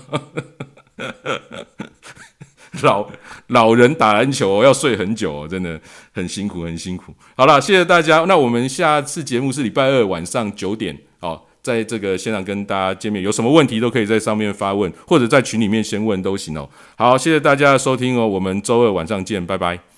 老老人打篮球、哦、要睡很久、哦，真的很辛苦，很辛苦。好了，谢谢大家。那我们下次节目是礼拜二晚上九点，好，在这个现场跟大家见面。有什么问题都可以在上面发问，或者在群里面先问都行哦。好，谢谢大家的收听哦，我们周二晚上见，拜拜。